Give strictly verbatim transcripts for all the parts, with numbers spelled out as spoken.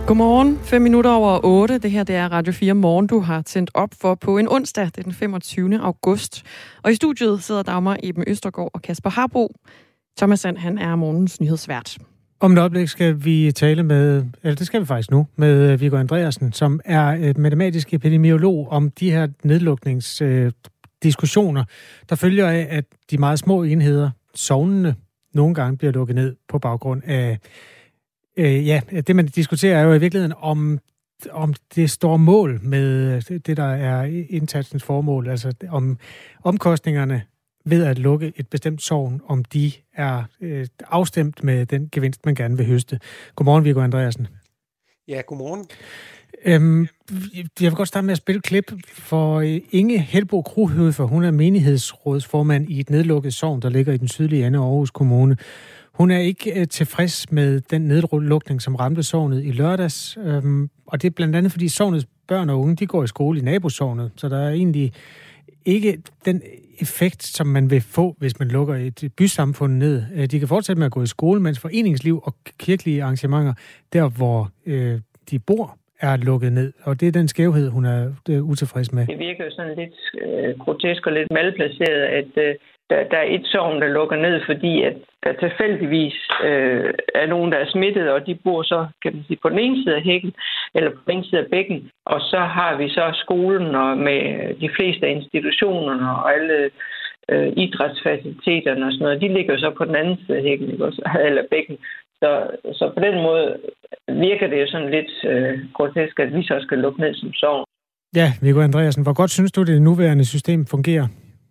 Godmorgen, fem minutter over otte. Det her det er Radio fire Morgen, du har tændt op for på en onsdag, det er den femogtyvende august. Og i studiet sidder Dagmar Eben Østergaard og Kasper Harbo. Thomas Sand, han er morgens nyhedsvært. Om et øjeblik skal vi tale med, eller det skal vi faktisk nu, med Viggo Andreasen, som er matematisk epidemiolog om de her nedlukningsdiskussioner, der følger af, at de meget små enheder, sognene, nogle gange bliver lukket ned på baggrund af Øh, ja, det man diskuterer er jo i virkeligheden, om, om det står mål med det, der er indsatsens formål, altså om omkostningerne ved at lukke et bestemt sogn, om de er øh, afstemt med den gevinst, man gerne vil høste. Godmorgen, Viggo Andreasen. Ja, godmorgen. Øhm, jeg vil godt starte med at spille et klip for Inge Helbo Kruhøfer. Hun er menighedsrådsformand i et nedlukket sogn, der ligger i den sydlige ende af Aarhus Kommune. Hun er ikke tilfreds med den nedlukning, som ramte sognet i lørdags. Øhm, og det er blandt andet, fordi sognets børn og unge, de går i skole i nabosognet. Så der er egentlig ikke den effekt, som man vil få, hvis man lukker et bysamfund ned. De kan fortsætte med at gå i skole, mens foreningsliv og kirkelige arrangementer, der hvor øh, de bor, er lukket ned. Og det er den skævhed, hun er, er utilfreds med. Det virker jo sådan lidt øh, grotesk og lidt malplaceret, at øh, der, der er et sogn, der lukker ned, fordi at der tilfældigvis øh, er nogen, der er smittet, og de bor så, kan man sige, på den ene side af hækken, eller på den ene side af bækken. Og så har vi så skolen og med de fleste af institutionerne og alle øh, idrætsfaciliteterne og sådan noget. De ligger jo så på den anden side af hækken, ikke også? Eller bækken. Så, så på den måde virker det jo sådan lidt øh, grotesk, at vi så skal lukke ned som sogn. Ja, Viggo Andreasen, hvor godt synes du, det nuværende system fungerer?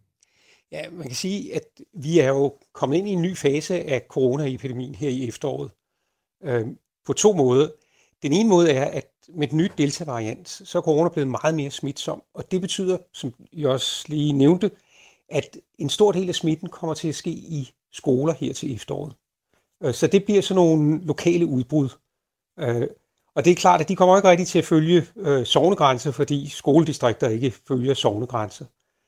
Ja, man kan sige, at vi er jo kommet ind i en ny fase af coronaepidemien her i efteråret. Øh, på to måder. Den ene måde er, at med den nye delta-variant, så er corona blevet meget mere smitsom. Og det betyder, som jeg også lige nævnte, at en stor del af smitten kommer til at ske i skoler her til efteråret. Så det bliver sådan nogle lokale udbrud. Og det er klart, at de kommer ikke rigtig til at følge sognegrænser, fordi skoledistrikter ikke følger sognegrænser.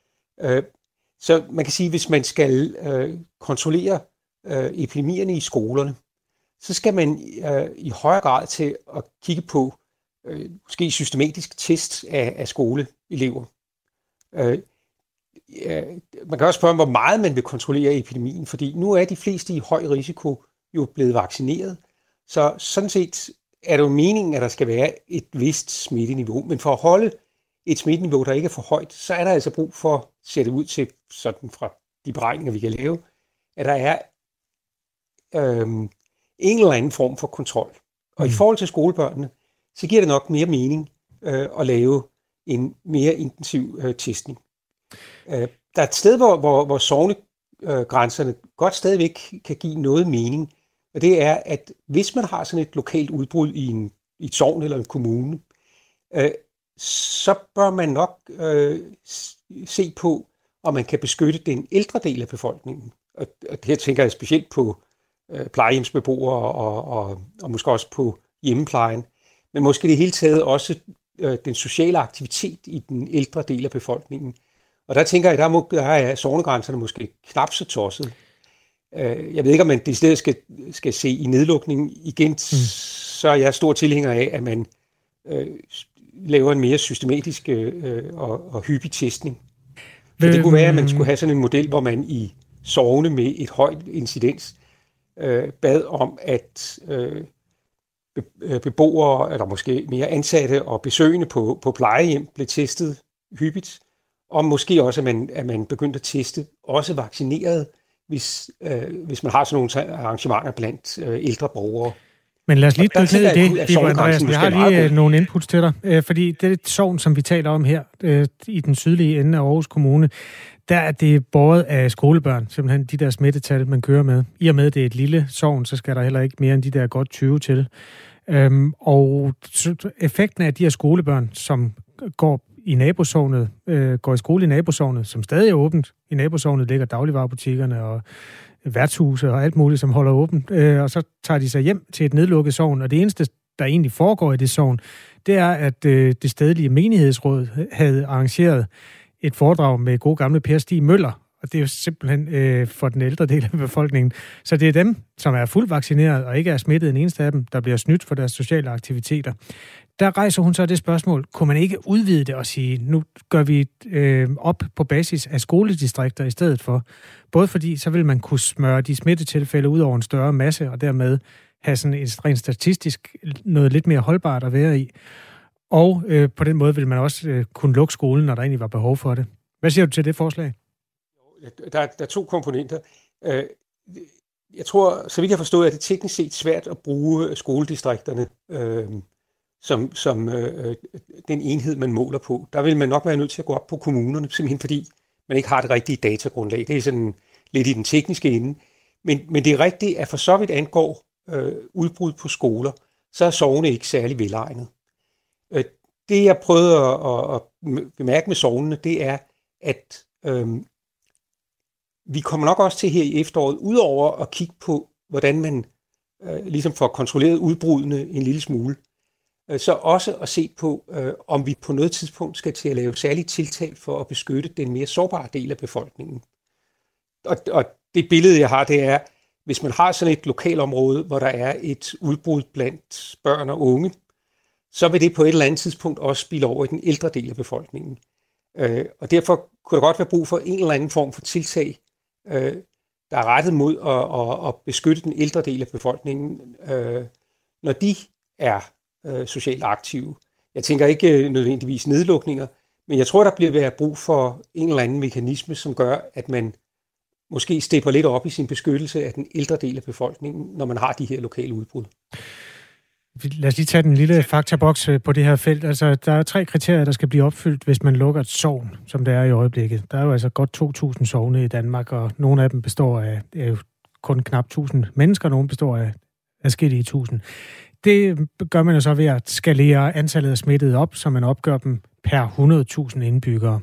Så man kan sige, at hvis man skal kontrollere epidemierne i skolerne, så skal man i højere grad til at kigge på måske systematisk test af skoleelever. Man kan også spørge, hvor meget man vil kontrollere epidemien, fordi nu er de fleste i høj risiko jo blevet vaccineret. Så sådan set er det jo meningen, at der skal være et vist smitteniveau. Men for at holde et smitteniveau, der ikke er for højt, så er der altså brug for at sætte ud til, sådan fra de beregninger, vi kan lave, at der er øhm, en eller anden form for kontrol. Og mm. i forhold til skolebørnene, så giver det nok mere mening øh, at lave en mere intensiv øh, testning. Øh, der er et sted, hvor, hvor, hvor sognegrænserne godt stadigvæk kan give noget mening, og det er, at hvis man har sådan et lokalt udbrud i, en, i et sogn eller en kommune, øh, så bør man nok øh, se på, om man kan beskytte den ældre del af befolkningen. Og, og her tænker jeg specielt på øh, plejehjemsbeboere og, og, og måske også på hjemmeplejen, men måske det hele taget også øh, den sociale aktivitet i den ældre del af befolkningen. Og der tænker jeg, der, må, der er sognegrænserne måske knap så tosset. Jeg ved ikke, om man det stedet skal, skal se i nedlukningen igen, mm. så er jeg stor tilhænger af, at man øh, laver en mere systematisk øh, og, og hyppig testning. For det kunne være, at man skulle have sådan en model, hvor man i sogne med et højt incidens øh, bad om, at øh, beboere, eller måske mere ansatte og besøgende på, på plejehjem blev testet hyppigt. Og måske også, at man, at man begyndte at teste også vaccineret, hvis, øh, hvis man har sådan nogle arrangementer blandt øh, ældre borgere. Men lad os lige dykke ned i det, Viggo Andreasen. Jeg har lige nogle inputs til dig, øh, fordi det sogn, som vi taler om her øh, i den sydlige ende af Aarhus Kommune, der er det båret af skolebørn, simpelthen de der smittetal, man kører med. I og med, at det er et lille sogn, så skal der heller ikke mere end de der godt tyve til. Øhm, og effekten af de her skolebørn, som går i nabosognet, øh, går i skole i nabosognet, som stadig er åbent. I nabosognet ligger dagligvarebutikkerne og værtshuse og alt muligt, som holder åbent. Øh, og så tager de sig hjem til et nedlukket sogn, og det eneste, der egentlig foregår i det sogn, det er, at øh, det stedlige menighedsråd havde arrangeret et foredrag med gode gamle Per Stig Møller og det er jo simpelthen øh, for den ældre del af befolkningen. Så det er dem, som er fuldt vaccineret og ikke er smittet en eneste af dem, der bliver snydt for deres sociale aktiviteter. Der rejser hun så det spørgsmål, kunne man ikke udvide det og sige, nu gør vi øh, op på basis af skoledistrikter i stedet for. Både fordi, så vil man kunne smøre de smittetilfælde ud over en større masse, og dermed have sådan et rent statistisk noget lidt mere holdbart at være i. Og øh, på den måde vil man også øh, kunne lukke skolen, når der egentlig var behov for det. Hvad siger du til det forslag? Der er, der er to komponenter. Jeg tror, så vidt jeg forstår, at det teknisk set svært at bruge skoledistrikterne øh, som, som øh, den enhed, man måler på. Der vil man nok være nødt til at gå op på kommunerne, simpelthen fordi man ikke har det rigtige datagrundlag. Det er sådan lidt i den tekniske ende. Men, men det er rigtigt, at for så vidt angår øh, udbrud på skoler, så er sogne ikke særlig velegnet. Øh, det, jeg prøvede at, at bemærke med sognene, det er, at øh, vi kommer nok også til her i efteråret, udover at kigge på, hvordan man øh, ligesom får kontrolleret udbrudene en lille smule, øh, så også at se på, øh, om vi på noget tidspunkt skal til at lave særlige tiltag for at beskytte den mere sårbare del af befolkningen. Og, og det billede, jeg har, det er, hvis man har sådan et lokalområde, hvor der er et udbrud blandt børn og unge, så vil det på et eller andet tidspunkt også spille over i den ældre del af befolkningen. Øh, og derfor kunne der godt være brug for en eller anden form for tiltag, øh, der er rettet mod at, at, at beskytte den ældre del af befolkningen, øh, når de er øh, socialt aktive. Jeg tænker ikke nødvendigvis nedlukninger, men jeg tror, der bliver været brug for en eller anden mekanisme, som gør, at man måske stepper lidt op i sin beskyttelse af den ældre del af befolkningen, når man har de her lokale udbrud. Lad os lige tage den lille faktaboks på det her felt. Altså, der er tre kriterier, der skal blive opfyldt, hvis man lukker et sogn, som det er i øjeblikket. Der er jo altså godt to tusind sogne i Danmark, og nogle af dem består af, af kun knap tusind mennesker, nogle består af adskillige tusind. Det gør man jo så ved at skalere antallet af smittede op, så man opgør dem per hundrede tusind indbyggere.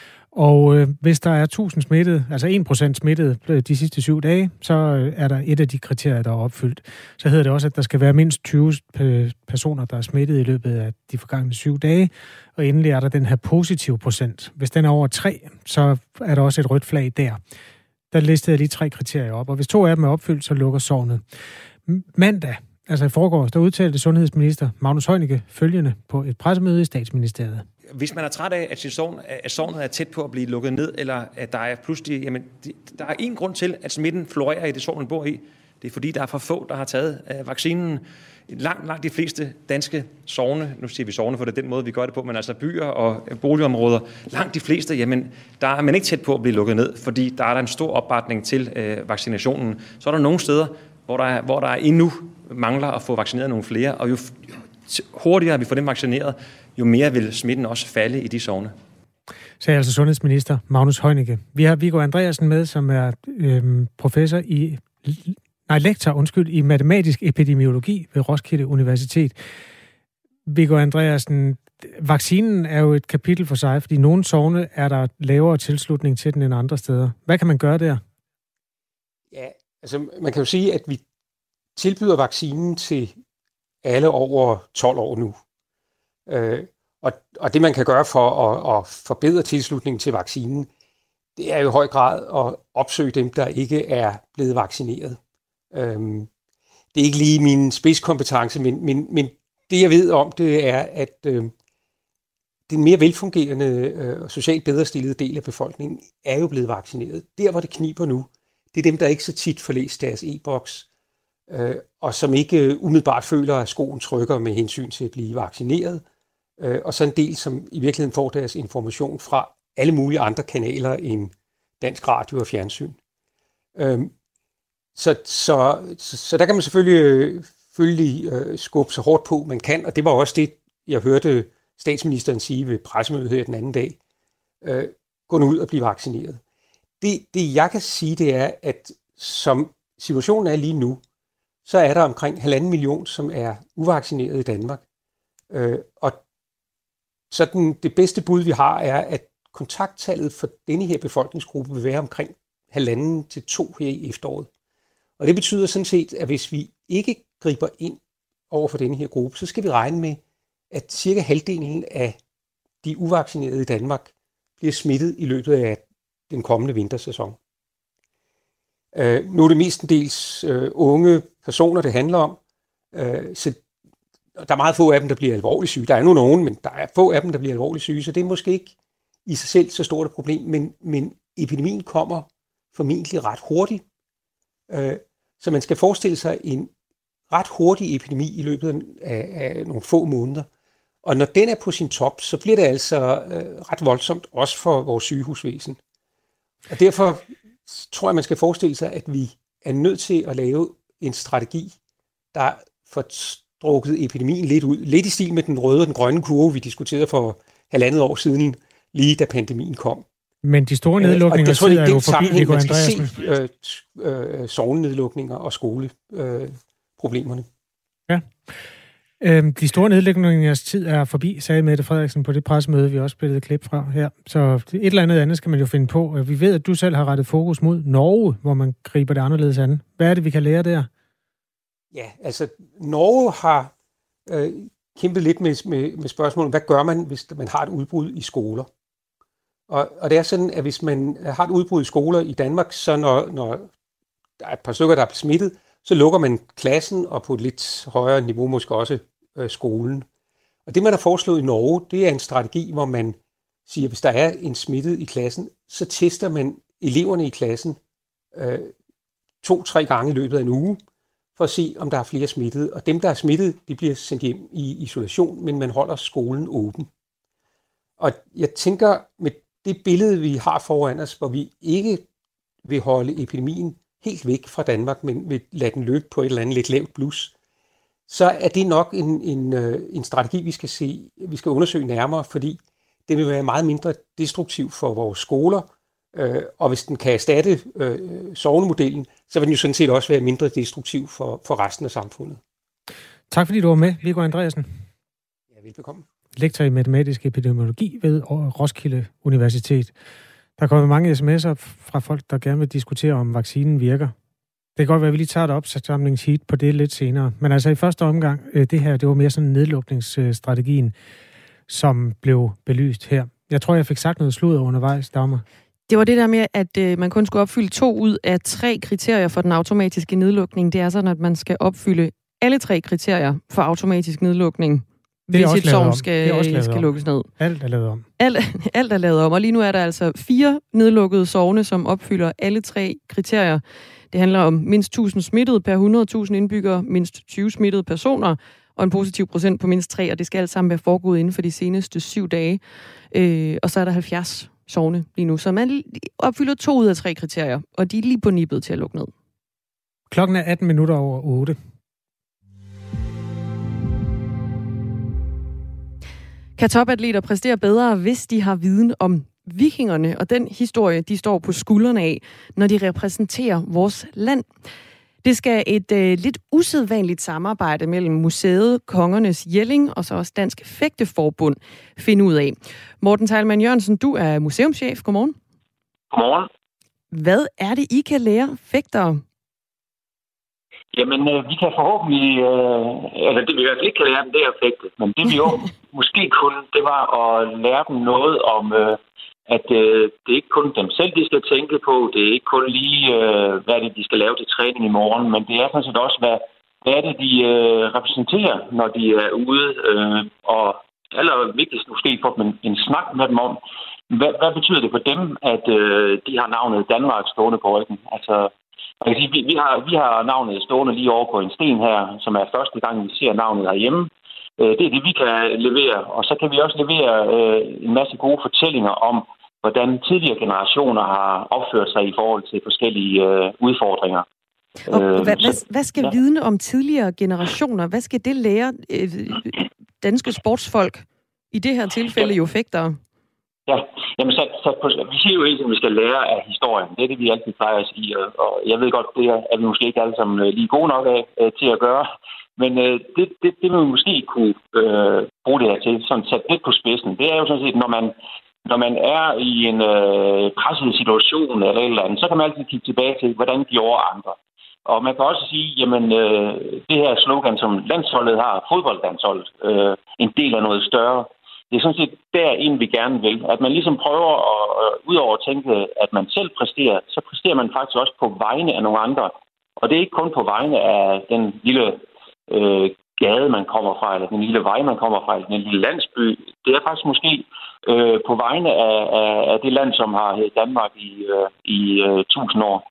Og øh, hvis der er tusind smittede, altså en procent smittet de sidste syv dage, så øh, er der et af de kriterier, der er opfyldt. Så hedder det også, at der skal være mindst tyve personer, der er smittet i løbet af de forgangne syv dage. Og endelig er der den her positive procent. Hvis den er over tre, så er der også et rødt flag der. Der listede jeg lige tre kriterier op, og hvis to af dem er opfyldt, så lukker sognet. Mandag, altså i forgårs, der udtalte sundhedsminister Magnus Heunicke følgende på et pressemøde i Statsministeriet. Hvis man er træt af, at sognet er tæt på at blive lukket ned, eller at der er pludselig, jamen, der er en grund til, at smitten florerer i det sogn, man bor i. Det er fordi, der er for få, der har taget vaccinen. Langt, langt de fleste danske sogne, nu siger vi sogne, for det er den måde, vi gør det på, men altså byer og boligområder, langt de fleste, jamen, der er man ikke tæt på at blive lukket ned, fordi der er der en stor opbakning til øh, vaccinationen. Så er der nogle steder, hvor der, hvor der endnu mangler at få vaccineret nogle flere, og jo hurtigere vi får dem vaccineret, jo mere vil smitten også falde i de sogne. Sagde altså sundhedsminister Magnus Heunicke. Vi har Viggo Andreasen med, som er øhm, professor i, nej, lektor, undskyld, i matematisk epidemiologi ved Roskilde Universitet. Viggo Andreasen, vaccinen er jo et kapitel for sig, fordi nogle sogne er der lavere tilslutning til den end andre steder. Hvad kan man gøre der? Ja, altså man kan jo sige, at vi tilbyder vaccinen til alle over tolv år nu. Øh, og, og det man kan gøre for at, at forbedre tilslutningen til vaccinen, det er jo i høj grad at opsøge dem, der ikke er blevet vaccineret. Øhm, det er ikke lige min spidskompetence, men, men, men det jeg ved om det er, at øh, den mere velfungerende og øh, socialt bedre stillede del af befolkningen er jo blevet vaccineret. Der hvor det kniber nu, det er dem, der ikke så tit får læst deres e-boks, øh, og som ikke umiddelbart føler, at skoen trykker med hensyn til at blive vaccineret, øh, og så en del, som i virkeligheden får deres information fra alle mulige andre kanaler end dansk radio og fjernsyn. Øh, så, så, så, så der kan man selvfølgelig, selvfølgelig øh, skubbe så hårdt på, man kan, og det var også det, jeg hørte statsministeren sige ved pressemødet her den anden dag. Øh, gå nu ud og blive vaccineret. Det, det jeg kan sige, det er, at som situationen er lige nu, så er der omkring halvanden million, som er uvaccineret i Danmark. Øh, og sådan det bedste bud, vi har, er, at kontakttallet for denne her befolkningsgruppe vil være omkring halvanden til to her i efteråret. Og det betyder sådan set, at hvis vi ikke griber ind over for denne her gruppe, så skal vi regne med, at cirka halvdelen af de uvaccinerede i Danmark bliver smittet i løbet af den kommende vintersæson. Øh, nu er det mestendels øh, unge personer, det handler om, øh, så der er meget få af dem, der bliver alvorligt syge. Der er nu nogen, men der er få af dem, der bliver alvorligt syge, så det er måske ikke i sig selv så stort et problem, men, men epidemien kommer formentlig ret hurtigt. Øh, så man skal forestille sig en ret hurtig epidemi i løbet af, af nogle få måneder. Og når den er på sin top, så bliver det altså øh, ret voldsomt, også for vores sygehusvæsen. Og derfor tror jeg, man skal forestille sig, at vi er nødt til at lave en strategi, der får strukket epidemien lidt ud. Lidt i stil med den røde og den grønne kurve, vi diskuterede for halvandet år siden, lige da pandemien kom. Men de store nedlukninger tid er jo forbi, Viggo Andreasen. Øh, øh, sovnedlukninger og skoleproblemerne. Øh, ja. Øhm, de store nedlukningers tid er forbi, sagde Mette Frederiksen på det pressemøde, vi også spillede klip fra her. Så et eller andet andet skal man jo finde på. Vi ved, at du selv har rettet fokus mod Norge, hvor man griber det anderledes an. Hvad er det, vi kan lære der? Ja, altså Norge har øh, kæmpet lidt med, med, med spørgsmålet, hvad gør man, hvis man har et udbrud i skoler? Og, og det er sådan, at hvis man har et udbrud i skoler i Danmark, så når, når der er et par stykker, der er smittet, så lukker man klassen, og på et lidt højere niveau måske også øh, skolen. Og det, man har foreslået i Norge, det er en strategi, hvor man siger, at hvis der er en smittet i klassen, så tester man eleverne i klassen øh, to-tre gange i løbet af en uge, for at se, om der er flere smittede. Og dem, der er smittet, de bliver sendt hjem i isolation, men man holder skolen åben. Og jeg tænker, med det billede, vi har foran os, hvor vi ikke vil holde epidemien helt væk fra Danmark, men vil lade den løbe på et eller andet lidt lavt blus, så er det nok en, en, en strategi, vi skal se, vi skal undersøge nærmere, fordi det vil være meget mindre destruktiv for vores skoler, øh, og hvis den kan erstatte øh, sovnemodellen, så vil den jo sådan set også være mindre destruktiv for, for resten af samfundet. Tak fordi du var med, Viggo Andreasen. Ja, velbekomme. Lektor i matematisk epidemiologi ved Roskilde Universitet. Der er kommet mange sms'er fra folk, der gerne vil diskutere, om vaccinen virker. Det kan godt være, at vi lige tager et opsamlingsheat på det lidt senere. Men altså i første omgang, det her, det var mere sådan nedlukningsstrategien, som blev belyst her. Jeg tror, jeg fik sagt noget sludder undervejs, Dagmar. Det var det der med, at øh, man kun skulle opfylde to ud af tre kriterier for den automatiske nedlukning. Det er sådan, at man skal opfylde alle tre kriterier for automatisk nedlukning, hvis et sovn skal, skal lukkes ned. Alt er lavet om. Alt, alt er lavet om, og lige nu er der altså fire nedlukkede sovne, som opfylder alle tre kriterier. Det handler om mindst tusind smittede per hundrede tusind indbyggere, mindst tyve smittede personer, og en positiv procent på mindst tre, og det skal alt sammen være foregået inden for de seneste syv dage. Øh, og så er der halvfjerds sovne lige nu, så man opfylder to ud af tre kriterier, og de er lige på nippet til at lukke ned. Klokken er atten minutter over otte. Kan topatleter præstere bedre, hvis de har viden om vikingerne og den historie, de står på skuldrene af, når de repræsenterer vores land? Det skal et øh, lidt usædvanligt samarbejde mellem museet Kongernes Jelling og så også Dansk Fægteforbund finde ud af. Morten Teilmann Jørgensen, du er museumschef. Godmorgen. Godmorgen. Hvad er det, I kan lære fægtere? Jamen, øh, vi kan forhåbentlig, øh, eller det vi i hvert fald ikke kan lære dem, det er at fægte. Men det vi jo måske kunne, det var at lære dem noget om, øh, at øh, det er ikke kun dem selv, de skal tænke på. Det er ikke kun lige, øh, hvad det de skal lave til træning i morgen, men det er sådan set også, hvad, hvad er det, de øh, repræsenterer, når de er ude. Øh, og allervigtigst måske få dem en, en snak med dem om, hvad, hvad betyder det for dem, at øh, de har navnet Danmark stående på ryggen? Altså, jeg kan sige, vi, vi, har, vi har navnet stående lige over på en sten her, som er første gang, vi ser navnet herhjemme. Øh, det er det, vi kan levere. Og så kan vi også levere øh, en masse gode fortællinger om, hvordan tidligere generationer har opført sig i forhold til forskellige øh, udfordringer. Og øh, hvad, så, hvad skal ja. viden om tidligere generationer, hvad skal det lære øh, danske sportsfolk, i det her tilfælde jo fægtere? Ja, jamen så, så vi siger jo ikke, at vi skal lære af historien. Det er det, vi altid plejer at sige, og jeg ved godt, det er vi måske ikke alle sammen lige gode nok af til at gøre. Men øh, det, det, det vil vi måske kunne øh, bruge det her til, sådan sat lidt på spidsen. Det er jo sådan set, når man, når man er i en øh, presset situation eller et eller andet, så kan man altid kigge tilbage til, hvordan de gjorde andre. Og man kan også sige, jamen øh, det her slogan, som landsholdet har, fodboldlandsholdet, øh, en del af noget større. det er sådan set derind, vi gerne vil. At man ligesom prøver at, udover at tænke, at man selv præsterer, så præsterer man faktisk også på vegne af nogle andre. Og det er ikke kun på vegne af den lille øh, gade, man kommer fra, eller den lille vej, man kommer fra, eller den lille landsby. Det er faktisk måske øh, på vegne af, af, af det land, som har heddet Danmark i, øh, i øh, tusind år.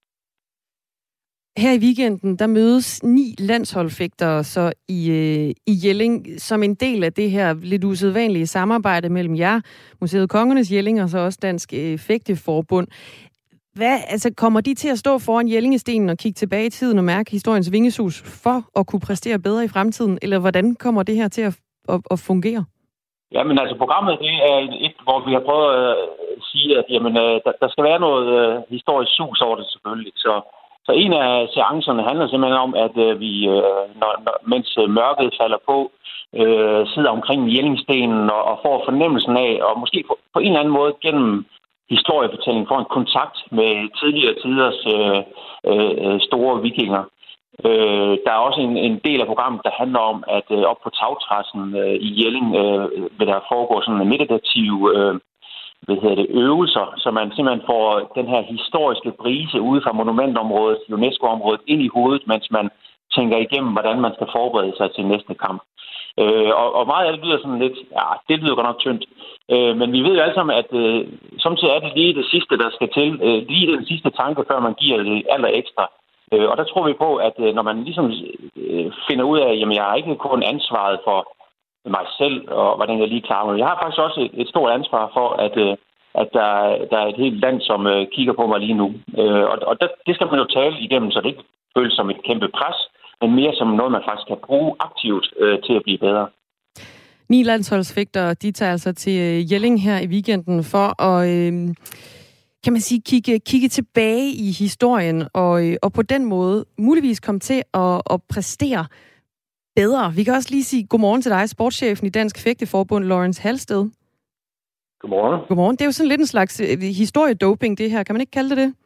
Her i weekenden, der mødes ni landsholdfægtere så i, øh, i Jelling som en del af det her lidt usædvanlige samarbejde mellem jer, Museet Kongernes Jelling og så også Dansk øh, Fægteforbund. Hvad, altså, kommer de til at stå foran Jellingestenen og kigge tilbage i tiden og mærke historiens vingesus for at kunne præstere bedre i fremtiden? Eller hvordan kommer det her til at, at, at fungere? Jamen altså, programmet det er et, hvor vi har prøvet at sige, at jamen, der, der skal være noget uh, historisk sus over det selvfølgelig. Så, så en af seancerne handler simpelthen om, at uh, vi, uh, når, når, mens mørket falder på, uh, sidder omkring Jellingstenen og, og får fornemmelsen af, og måske på, på en eller anden måde gennem historiefortælling får en kontakt med tidligere tiders øh, øh, store vikinger. Øh, der er også en, en del af programmet, der handler om, at øh, op på tagtrassen øh, i Jelling øh, vil der foregå sådan en meditativ øh, hvad hedder det, øvelser, så man simpelthen får den her historiske brise ude fra monumentområdet, UNESCO-området, ind i hovedet, mens man tænker igennem, hvordan man skal forberede sig til næste kamp. Øh, og, og meget af det lyder sådan lidt, ja, det lyder godt nok tyndt. Øh, men vi ved jo alle sammen, at øh, samtidig er det lige det sidste, der skal til. Øh, lige den sidste tanke, før man giver det aller ekstra. Øh, og der tror vi på, at øh, når man ligesom øh, finder ud af, jamen jeg har ikke kun ansvaret for mig selv, og hvordan jeg lige klarer mig. Jeg har faktisk også et, et stort ansvar for, at, øh, at der, der er et helt land, som øh, kigger på mig lige nu. Øh, og og der, det skal man jo tale igennem, så det ikke føles som et kæmpe pres, men mere som noget, man faktisk kan bruge aktivt øh, til at blive bedre. Ni landsholdsfægtere, de tager altså til Jelling her i weekenden for at, øh, kan man sige, kigge, kigge tilbage i historien, og, øh, og på den måde muligvis komme til at, at præstere bedre. Vi kan også lige sige godmorgen til dig, sportschefen i Dansk Fægteforbund, Lawrence Halsted. Godmorgen. Godmorgen. Det er jo sådan lidt en slags historiedoping, det her. Kan man ikke kalde det det?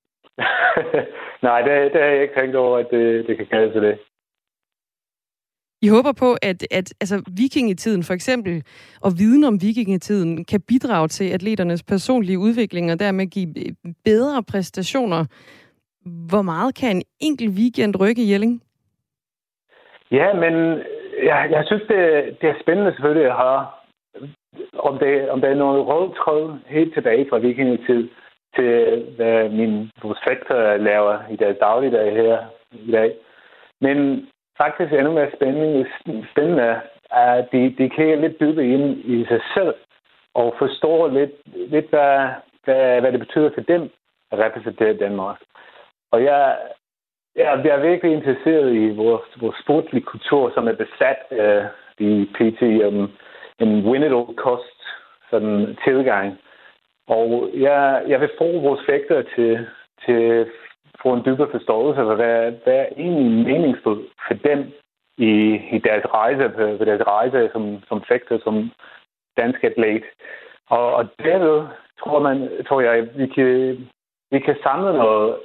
Nej, det, det har jeg ikke tænkt over, at det, det kan kalde sig det. I håber på, at, at altså, vikingetiden for eksempel, og viden om vikingetiden, kan bidrage til atleternes personlige udvikling, og dermed give bedre præstationer. Hvor meget kan en enkelt weekend rykke i Jelling? Ja, men jeg, jeg synes, det, det er spændende selvfølgelig at høre, om, det, om der er noget rød tråd helt tilbage fra vikingetid til, hvad mine fægtere laver i deres dagligdag her i dag. Men faktisk endnu mere spændende, spændende er, at de, de kigger lidt dybere ind i sig selv og forstår lidt, lidt hvad, hvad, hvad det betyder for dem at repræsentere Danmark. Og jeg, jeg, jeg er virkelig interesseret i vores, vores sportslige kultur, som er besat af de P T um, en win at all cost sådan tilgang. Og jeg, jeg vil få vores fægtere til, til få en dybere forståelse af, hvad, hvad er egentlig meningsfuldt for dem i, i deres rejse, på, på deres rejse som, som fægter, som dansk atlet. Og, og derved tror, man, tror jeg, vi kan, vi kan samle noget,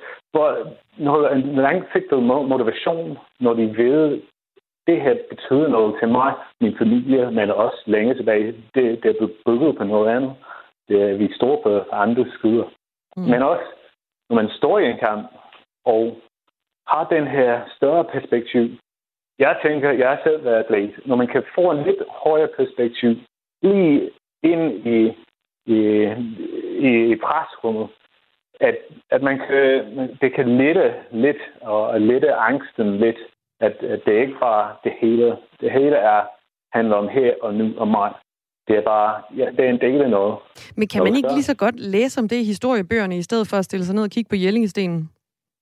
noget en langsigtet motivation, når de ved, det her betyder noget til mig, min familie, men også længe tilbage. Det, det er blevet bygget på noget andet. Det er, vi står på andre skyder. Mm. Men også, når man står i en kamp, og har den her større perspektiv. Jeg tænker, jeg har selv været atlet. Når man kan få en lidt højere perspektiv lige ind i, i, i, i presrummet, at, at man kan, det kan lette lidt, og lette angsten lidt, at, at det ikke bare det hele. Det hele er, handler om her og nu og mig. Det er bare, ja, det er en del af noget. Men kan man ikke lige så godt læse om det i historiebøgerne, i stedet for at stille sig ned og kigge på Jellingestenen?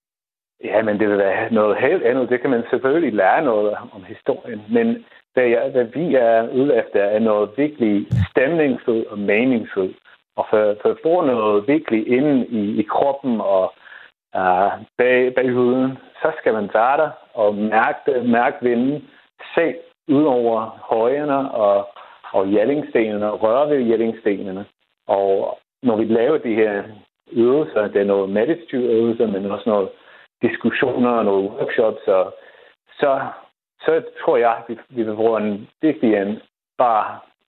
Ja, men det vil være noget helt andet. Det kan man selvfølgelig lære noget om historien. Men hvad, hvad vi er ude efter, er noget virkelig stemningsfuldt og meningsfuldt. Og for, for at få noget virkelig inde i, i kroppen og uh, bag, bag huden, så skal man være der og mærke, mærke vinden, se ud over højene og, og Jellingstenene og røre ved Jellingstenene. Og når vi laver de her øvelser, det er noget meditative øvelser, men også noget diskussioner og nogle workshops, og så, så tror jeg, at vi, vi vil bruge en virkelig en bare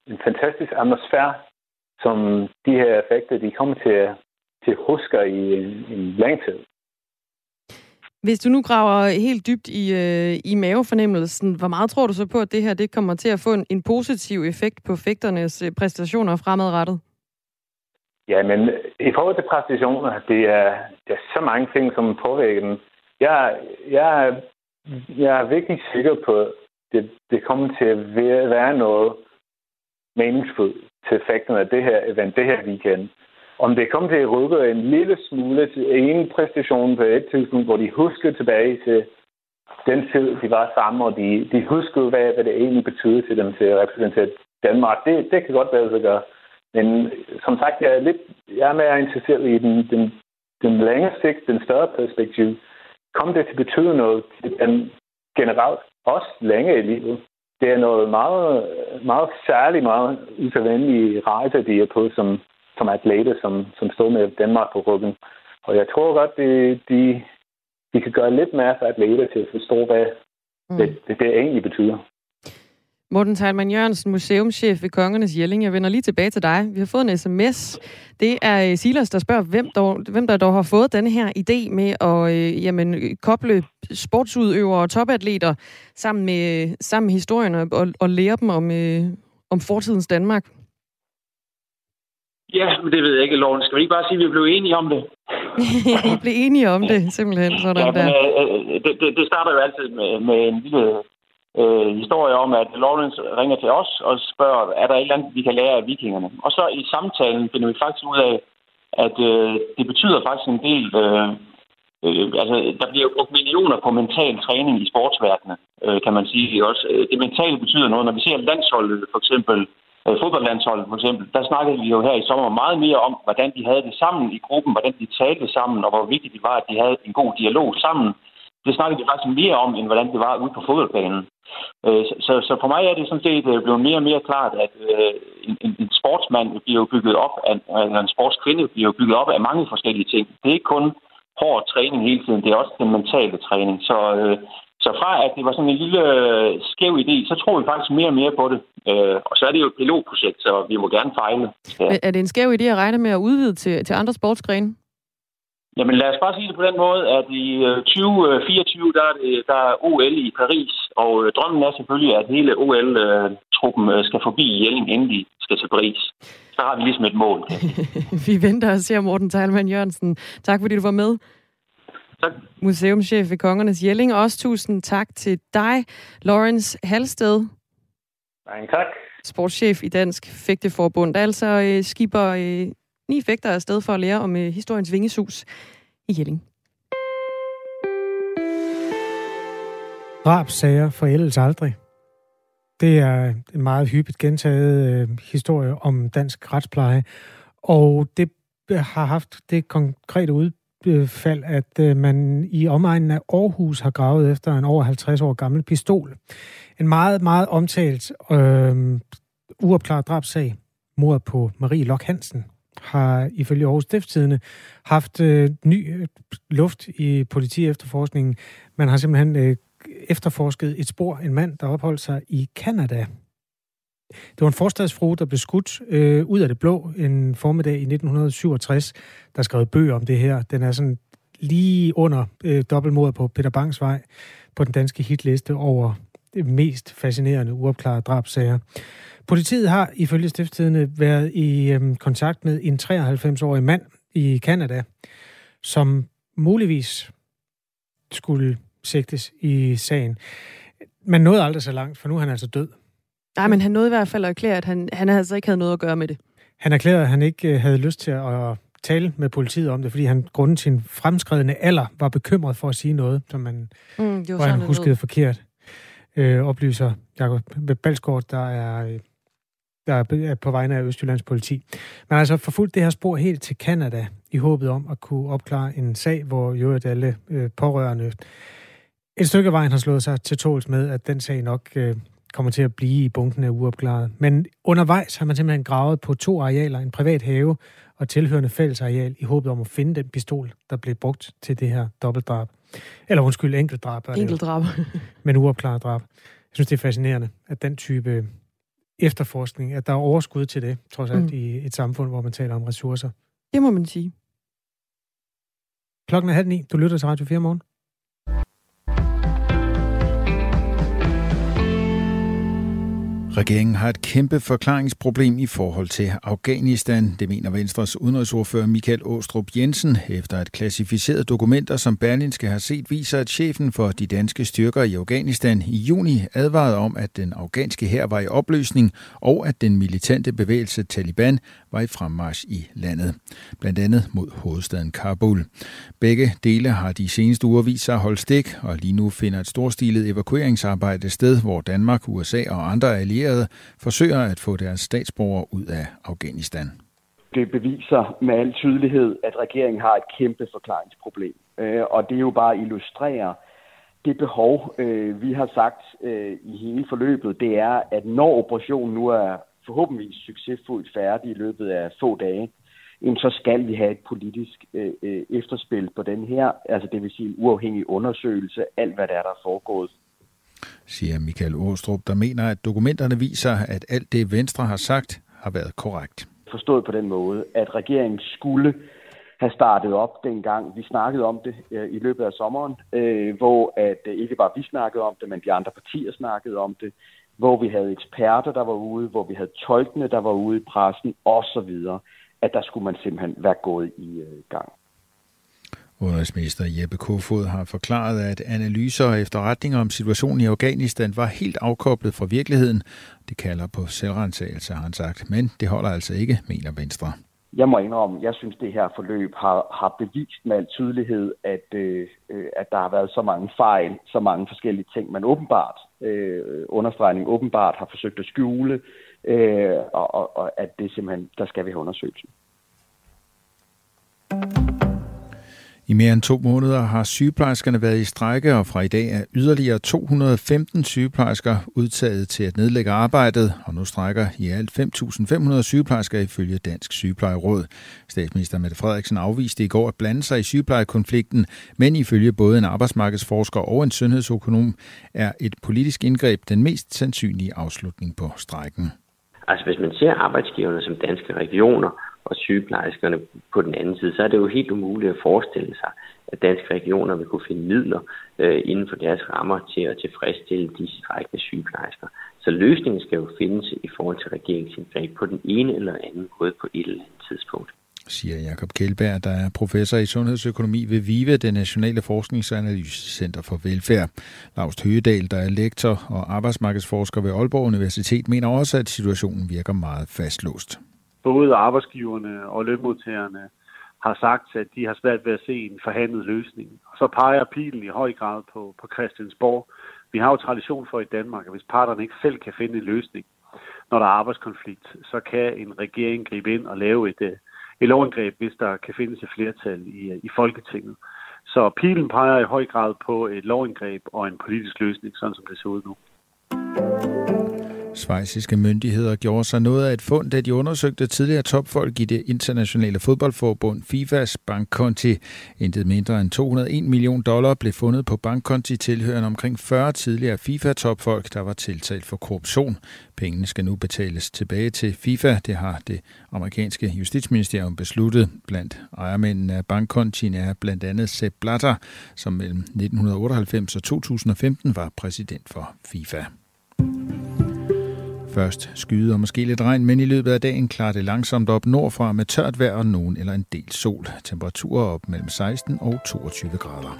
en fantastisk atmosfære, som de her effekter, de kommer til at, til at huske i en, en lang tid. Hvis du nu graver helt dybt i, øh, i mavefornemmelsen, hvor meget tror du så på, at det her det kommer til at få en, en positiv effekt på fægternes øh, præstationer fremadrettet? Ja, men i forhold til præstationer, det er, det er så mange ting, som påvirker den. Jeg, jeg, jeg er virkelig sikker på, at det, det kommer til at være noget meningsfuldt til fægterne af det her event, det her weekend. Om det kommer til at rykke en lille smule til en præstation på et tidspunkt, hvor de husker tilbage til den tid, de var sammen, og de, de husker, hvad, hvad det egentlig betyder til dem til at repræsentere Danmark. Det, det kan godt være, at det gør. Men som sagt, jeg er, lidt, jeg er mere interesseret i den, den, den længere sigt, den større perspektiv. Kommer det til at betyde noget til den generelt, også længe i livet? Det er noget meget, meget særligt, meget usædvanlige rejser, de er på, som som atleter, som, som står med Danmark på ryggen. Og jeg tror godt, det, de, de kan gøre lidt mere for atleter til at forstå, hvad mm. det, det, det egentlig betyder. Morten Teilman Jørgensen, museumschef ved Kongernes Jelling. Jeg vender lige tilbage til dig. Vi har fået en sms. Det er Silas, der spørger, hvem, dog, hvem der dog har fået denne her idé med at øh, jamen, koble sportsudøvere og topatleter sammen med, sammen med historien og, og lære dem om, øh, om fortidens Danmark. Ja, men det ved jeg ikke, Loven. Skal vi ikke bare sige, at vi blev enige om det? Vi blev enige om det, simpelthen. Sådan ja, men, der. Øh, det, det, det starter jo altid med, med en lille øh, historie om, at Lawrence ringer til os og spørger, er der et eller andet, vi kan lære af vikingerne? Og så i samtalen finder vi faktisk ud af, at øh, det betyder faktisk en del... Øh, øh, altså, der bliver jo brugt millioner på mental træning i sportsverdenen, øh, kan man sige også. Det mentale betyder noget. Når vi ser landsholdet, for eksempel... fodboldlandsholdet for eksempel, der snakkede vi jo her i sommer meget mere om, hvordan de havde det sammen i gruppen, hvordan de talte sammen, og hvor vigtigt det var, at de havde en god dialog sammen. Det snakkede vi faktisk mere om, end hvordan det var ude på fodboldbanen. Så, så for mig er det sådan set blevet mere og mere klart, at en, en sportsmand bliver jo bygget op, af, eller en sportskvinde bliver jo bygget op af mange forskellige ting. Det er ikke kun hård træning hele tiden, det er også den mentale træning. Så Så fra at det var sådan en lille øh, skæv idé, så tror vi faktisk mere og mere på det. Øh, og så er det jo et pilotprojekt, så vi må gerne fejle. Ja. Er det en skæv idé at regne med at udvide til, til andre sportsgrene? Jamen lad os bare sige det på den måde, at i tyve fireogtyve, der er, det, der er O L i Paris, og øh, drømmen er selvfølgelig, at hele O L-truppen øh, skal forbi Jelling, inden de skal til Paris. Så har vi ligesom et mål. Vi venter og ser, Morten Teilman Jørgensen. Tak fordi du var med. Tak. Museumschef ved Kongernes Jelling. Også tusind tak til dig, Lawrence Halsted. Nej, tak. Sportschef i Dansk Fægteforbund. Altså øh, skipper øh, ni fægter afsted for at lære om øh, historiens vingesus i Jelling. Drabssager forældes aldrig. Det er en meget hyppigt gentaget øh, historie om dansk retspleje, og det har haft det konkrete ud fald, at man i omegnen af Aarhus har gravet efter en over halvtreds år gammel pistol. En meget, meget omtalt øh, uopklaret drabssag, mordet på Marie Lok Hansen, har ifølge Aarhus Stiftstidende haft øh, ny luft i politi-efterforskningen. Man har simpelthen øh, efterforsket et spor, en mand, der opholdt sig i Canada. Det var en forstadsfrue, der blev skudt øh, ud af det blå en formiddag i nitten syvogtres. Der er skrevet bøger om det her. Den er sådan lige under øh, dobbeltmordet på Peter Bangs Vej på den danske hitliste over det mest fascinerende uopklarede drabssager. Politiet har ifølge Stiftstidende været i øh, kontakt med en treoghalvfems-årig mand i Canada, som muligvis skulle sigtes i sagen. Man nåede aldrig så langt, for nu er han altså død. Nej, men han nåede i hvert fald at erklære, at han, han altså ikke havde noget at gøre med det. Han erklærede, at han ikke havde lyst til at tale med politiet om det, fordi han grundet sin fremskredende alder var bekymret for at sige noget, som man, mm, hvor han huskede forkert. Øh, oplyser Jakob Balsgaard, der er, der er på vegne af Østjyllands politi. Man har altså forfulgt det her spor helt til Canada i håbet om at kunne opklare en sag, hvor jo at alle øh, pårørende et stykke af vejen har slået sig til tåls med, at den sag nok øh, kommer til at blive i bunken af uopklaret. Men undervejs har man simpelthen gravet på to arealer, en privat have og tilhørende fællesareal, i håbet om at finde den pistol, der blev brugt til det her dobbeltdrab. Eller undskyld, enkeltdrab. Enkeltdrab. Men uopklaret drab. Jeg synes, det er fascinerende, at den type efterforskning, at der er overskud til det, trods alt mm. i et samfund, hvor man taler om ressourcer. Det må man sige. Klokken er halv ni. Du lytter til Radio fire Morgen. Regeringen har et kæmpe forklaringsproblem i forhold til Afghanistan. Det mener Venstres udenrigsordfører Michael Aastrup Jensen, efter at klassificerede dokumenter, som Berlingske har set, viser, at chefen for de danske styrker i Afghanistan i juni advarede om, at den afghanske hær var i opløsning, og at den militante bevægelse Taliban var i fremmarch i landet, blandt andet mod hovedstaden Kabul. Begge dele har de seneste uger vist sig at holde stik, og lige nu finder et storstilet evakueringsarbejde sted, hvor Danmark, U S A og andre allierede forsøger at få deres statsborgere ud af Afghanistan. Det beviser med al tydelighed, at regeringen har et kæmpe forklaringsproblem. Og det er jo bare illustrerer det behov, vi har sagt i hele forløbet, det er, at når operationen nu er forhåbentlig succesfuldt færdig i løbet af få dage, så skal vi have et politisk efterspil på den her, altså det vil sige en uafhængig undersøgelse, alt hvad der er, der er foregået. Siger Michael Aastrup, der mener, at dokumenterne viser, at alt det Venstre har sagt, har været korrekt. Forstået på den måde, at regeringen skulle have startet op dengang vi snakkede om det øh, i løbet af sommeren, øh, hvor at øh, ikke bare vi snakkede om det, men de andre partier snakkede om det, hvor vi havde eksperter, der var ude, hvor vi havde tolkene, der var ude i pressen osv., at der skulle man simpelthen være gået i øh, gang. Udenrigsminister Jeppe Kofod har forklaret, at analyser og efterretninger om situationen i Afghanistan var helt afkoblet fra virkeligheden. Det kalder på selvrensagelse, har han sagt, men det holder altså ikke, mener Venstre. Jeg må indrømme, jeg synes, det her forløb har, har bevist med al tydelighed, at, øh, at der har været så mange fejl, så mange forskellige ting, man åbenbart, øh, understregning åbenbart har forsøgt at skjule, øh, og, og, og at det simpelthen, der skal vi have undersøgelsen. I mere end to måneder har sygeplejerskerne været i strejke, og fra i dag er yderligere to hundrede og femten sygeplejersker udtaget til at nedlægge arbejdet, og nu strejker i alt fem tusind fem hundrede sygeplejersker ifølge Dansk Sygeplejeråd. Statsminister Mette Frederiksen afviste i går at blande sig i sygeplejekonflikten, men ifølge både en arbejdsmarkedsforsker og en sundhedsøkonom er et politisk indgreb den mest sandsynlige afslutning på strejken. Altså hvis man ser arbejdsgiverne som danske regioner, og sygeplejerskerne på den anden side, så er det jo helt umuligt at forestille sig, at danske regioner vil kunne finde midler øh, inden for deres rammer til at tilfredsstille de strejkende sygeplejersker. Så løsningen skal jo findes i forhold til regeringsindgreb på den ene eller anden måde på et eller andet tidspunkt. Siger Jakob Kjeldberg, der er professor i sundhedsøkonomi ved VIVE, det Nationale Forsknings- og Analysecenter for Velfærd. Laust Høgedal, der er lektor og arbejdsmarkedsforsker ved Aalborg Universitet, mener også, at situationen virker meget fastlåst. Både arbejdsgiverne og lønmodtagerne har sagt, at de har svært ved at se en forhandlet løsning. Og så peger pilen i høj grad på, på Christiansborg. Vi har jo tradition for i Danmark, at hvis parterne ikke selv kan finde en løsning, når der er arbejdskonflikt, så kan en regering gribe ind og lave et, et lovindgreb, hvis der kan findes et flertal i, i Folketinget. Så pilen peger i høj grad på et lovindgreb og en politisk løsning, sådan som det ser ud nu. Schweiziske myndigheder gjorde sig noget af et fund, da de undersøgte tidligere topfolk i det internationale fodboldforbund FIFAs bankkonti. Intet mindre end to hundrede og en million dollar blev fundet på bankkonti tilhørende omkring fyrre tidligere FIFA-topfolk, der var tiltalt for korruption. Pengene skal nu betales tilbage til FIFA. Det har det amerikanske justitsministerium besluttet. Blandt ejermændene af bankkontien er blandt andet Sepp Blatter, som mellem nitten otteoghalvfems og to tusind og femten var præsident for FIFA. Først skyde og måske lidt regn, men i løbet af dagen klarer det langsomt op nordfra med tørt vejr og nogen eller en del sol. Temperaturer op mellem seksten og toogtyve grader.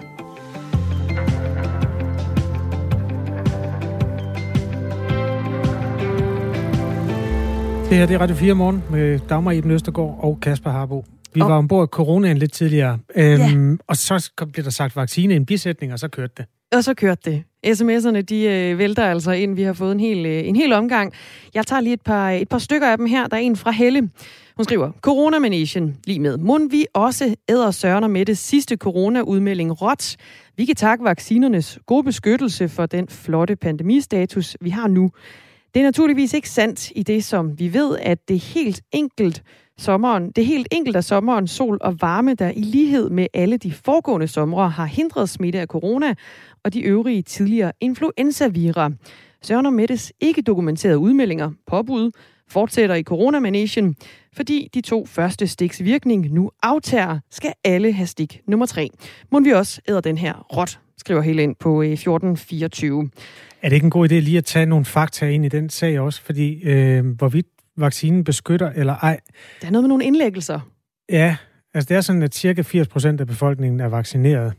Det her det er Radio fire Morgen med Dagmar Eben Østergaard og Kasper Harbo. Vi var ombord i coronaen lidt tidligere, øhm, ja. Og så blev der sagt vaccine i en bisætning, og så kørte det. Og så kørte det. sms'erne, de øh, vælter altså ind. Vi har fået en hel, øh, en hel omgang. Jeg tager lige et par, et par stykker af dem her. Der er en fra Helle. Hun skriver, coronamanesien, lige med. Mund vi også æder sørner med det sidste corona-udmelding råt. Vi kan takke vaccinernes gode beskyttelse for den flotte pandemistatus, vi har nu. Det er naturligvis ikke sandt i det, som vi ved, at det helt enkelt sommeren, det helt enkelt af sommeren, sol og varme, der i lighed med alle de foregående somre har hindret smitte af corona og de øvrige tidligere influenzavirer. Søren og Mettes ikke dokumenterede udmeldinger, påbud, fortsætter i coronamanagen. Fordi de to første stiks virkning nu aftager, skal alle have stik nummer tre. Må vi også æder den her råt, skriver Helen på fjorten fireogtyve. Er det ikke en god idé lige at tage nogle fakta ind i den sag også? Fordi øh, hvorvidt vaccinen beskytter eller ej... Der er noget med nogle indlæggelser. Ja, altså det er sådan, at cirka firs procent af befolkningen er vaccineret.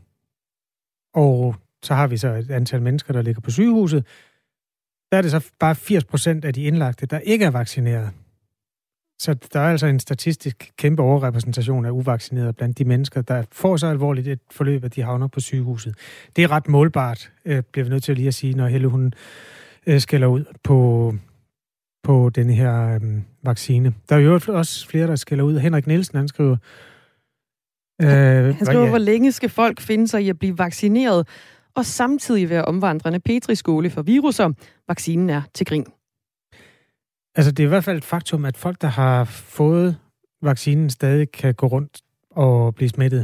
Og så har vi så et antal mennesker, der ligger på sygehuset. Der er det så bare firs procent af de indlagte, der ikke er vaccineret. Så der er altså en statistisk kæmpe overrepræsentation af uvaccinerede blandt de mennesker, der får så alvorligt et forløb, at de havner på sygehuset. Det er ret målbart, øh, bliver vi nødt til at lige at sige, når Helle hun øh, skælder ud på, på denne her øh, vaccine. Der er jo også flere, der skælder ud. Henrik Nielsen, han skriver... Øh, han skriver, ja. Hvor længe skal folk finde sig i at blive vaccineret, og samtidig være omvandrende petriskåle for viruser. Vaccinen er til grin. Altså, det er i hvert fald et faktum, at folk, der har fået vaccinen, stadig kan gå rundt og blive smittet.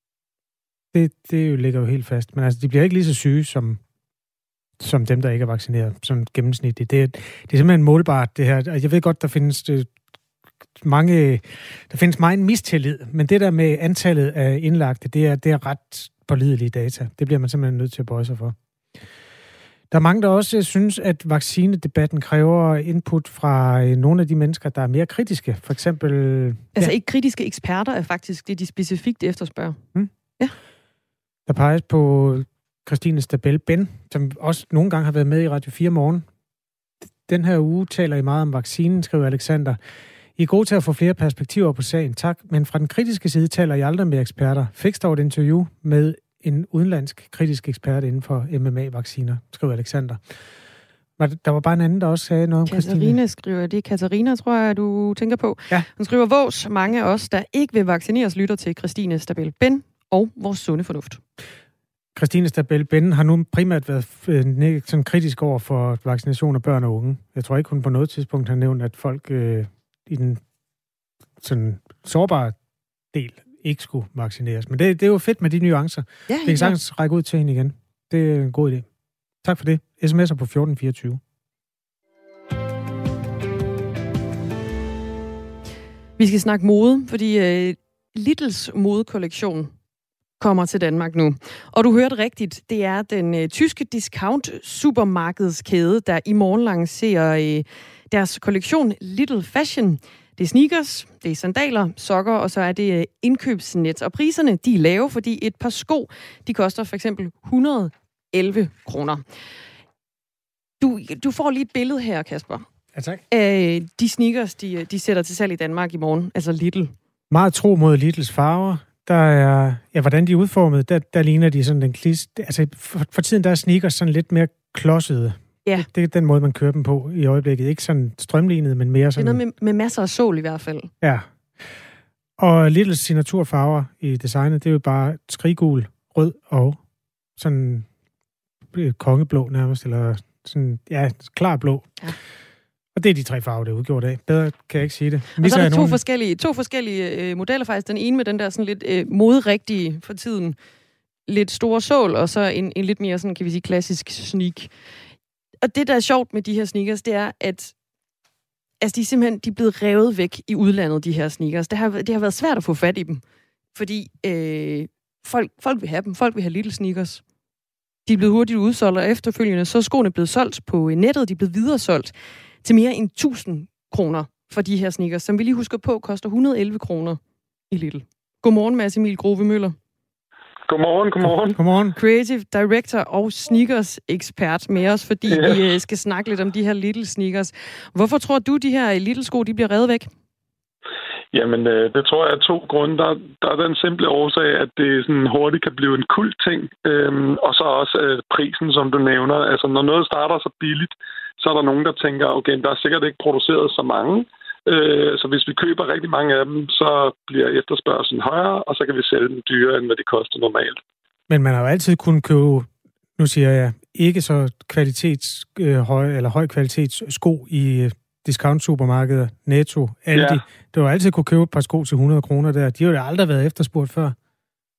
Det, det jo ligger jo helt fast. Men altså, de bliver ikke lige så syge som, som dem, der ikke er vaccineret, som gennemsnitligt. Det, det er simpelthen målbart, det her. Jeg ved godt, der findes det, mange, der findes meget mistillid, men det der med antallet af indlagte, det er, det er ret pålidelige data. Det bliver man simpelthen nødt til at bøje sig for. Der er mange, der også synes, at vaccinedebatten kræver input fra nogle af de mennesker, der er mere kritiske. For eksempel... Altså ja. Ikke kritiske eksperter er faktisk det, de specifikt efterspørger. Hmm. Ja. Der peges på Christine Stabell Ben, som også nogle gange har været med i Radio fire Morgen. Den her uge taler I meget om vaccinen, skriver Alexander. I er gode til at få flere perspektiver på sagen, tak. Men fra den kritiske side taler I aldrig med eksperter. Fik dog et interview med en udenlandsk kritisk ekspert inden for M M A-vacciner, skriver Alexander. Der var bare en anden, der også sagde noget om Christine. Katarina skriver, det er Katarina, tror jeg, du tænker på. Ja. Hun skriver, vås mange af os, der ikke vil vaccineres, lytter til Christine Stabell Ben og vores sunde fornuft. Christine Stabell Ben har nu primært været sådan kritisk over for vaccination af børn og unge. Jeg tror ikke, hun på noget tidspunkt har nævnt, at folk øh, i den sådan sårbare del ikke skulle vaccineres. Men det, det er jo fedt med de nuancer. Ja, det kan sagtens række ud til hende igen. Det er en god idé. Tak for det. sms'er på fjorten fireogtyve. Vi skal snakke mode, fordi uh, Lidls modekollektion kommer til Danmark nu. Og du hørte rigtigt, det er den uh, tyske discount-supermarkedskæde, der i morgen lancerer uh, deres kollektion Lidl Fashion. Det er sneakers, det er sandaler, sokker, og så er det indkøbsnet. Og priserne, de er lave, fordi et par sko, de koster for eksempel et hundrede og elleve kroner. Du, du får lige et billede her, Kasper. Ja, tak. Æh, de sneakers, de, de sætter til salg i Danmark i morgen, altså Lidl. Meget tro mod Lidls farver. Der er, ja, hvordan de er udformet, der, der ligner de sådan den klis. Altså, for, for tiden der er sneakers sådan lidt mere klodsede. Ja. Det er den måde, man kører dem på i øjeblikket. Ikke sådan strømlignet, men mere sådan... Det er noget med, med masser af sol i hvert fald. Ja. Og Lidls signaturfarver i designet, det er jo bare skriggul, rød og sådan kongeblå nærmest, eller sådan, ja, klar blå. Ja. Og det er de tre farver, det er udgjort af. Bedre kan jeg ikke sige det. Og så er der to nogen... forskellige, to forskellige øh, modeller faktisk. Den ene med den der sådan lidt øh, moderigtige for tiden, lidt store sål, og så en, en lidt mere sådan, kan vi sige, klassisk sneak. Og det, der er sjovt med de her sneakers, det er, at altså, de er simpelthen de er blevet revet væk i udlandet, de her sneakers. Det har, det har været svært at få fat i dem, fordi øh, folk, folk vil have dem. Folk vil have Lidl sneakers. De er blevet hurtigt udsolgt, og efterfølgende så er skoene blevet solgt på nettet. De er blevet videresolgt til mere end tusind kroner for de her sneakers, som vi lige husker på, koster et hundrede og elleve kroner i Lidl. Godmorgen, Mads Emil Grove Møller. Godmorgen, godmorgen. Godmorgen. Creative Director og sneakers-ekspert med os, fordi yes. vi skal snakke lidt om de her Lidl-sneakers. Hvorfor tror du, de her Lidl-sko de bliver revet væk? Jamen, det tror jeg er to grunde. Der, der er den simple årsag, at det sådan hurtigt kan blive en kult ting. Øhm, og så også øh, prisen, som du nævner. Altså, når noget starter så billigt, så er der nogen, der tænker, okay, der er sikkert ikke produceret så mange. Så hvis vi køber rigtig mange af dem, så bliver efterspørgselen højere, og så kan vi sælge dem dyrere, end hvad de koster normalt. Men man har jo altid kunnet købe, nu siger jeg, ikke så kvalitets, øh, høj, eller høj kvalitets sko i discount-supermarkeder, Netto, Aldi. Ja. Du har altid kunne købe et par sko til hundrede kroner der. De har jo aldrig været efterspurgt før.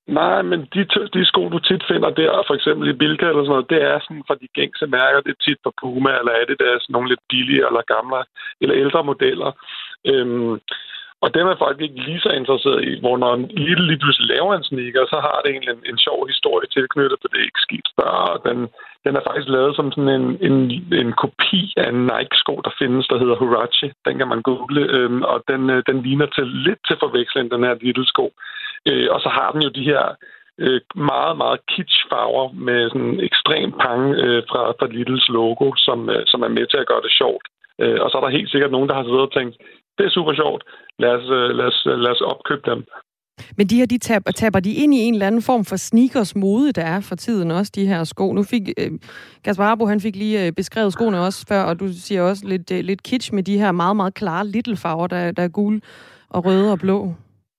Nej, men de, de sko, du tit finder der, for eksempel i Bilka eller sådan noget, det er sådan fra de gængse mærker. Det er tit fra Puma, eller er det der sådan nogle lidt billige eller gamle, eller ældre modeller. Øhm, og dem er folk ikke lige så interesseret i, hvor når en lille lige pludselig laver en sneaker, så har det egentlig en, en sjov historie tilknyttet, for det er ikke skidt før. Den, den er faktisk lavet som sådan en, en, en kopi af en Nike-sko, der findes, der hedder Huarache. Den kan man google, øhm, og den, den ligner til lidt til forveksling, den her lille sko. Øh, og så har den jo de her øh, meget, meget kitsch-farver med sådan en ekstrem pang øh, fra, fra Lidls logo, som, øh, som er med til at gøre det sjovt. Øh, og så er der helt sikkert nogen, der har siddet og tænkt, det er super sjovt, lad os, øh, lad os, lad os opkøbe dem. Men de her, de taber, taber de ind i en eller anden form for sneakers mode, der er for tiden også, de her sko. Nu fik øh, Kasper Harbo, han fik lige øh, beskrevet skoene også før, og du siger også lidt, øh, lidt kitsch med de her meget, meget klare Lidl-farver, der, der er gule og røde og blå.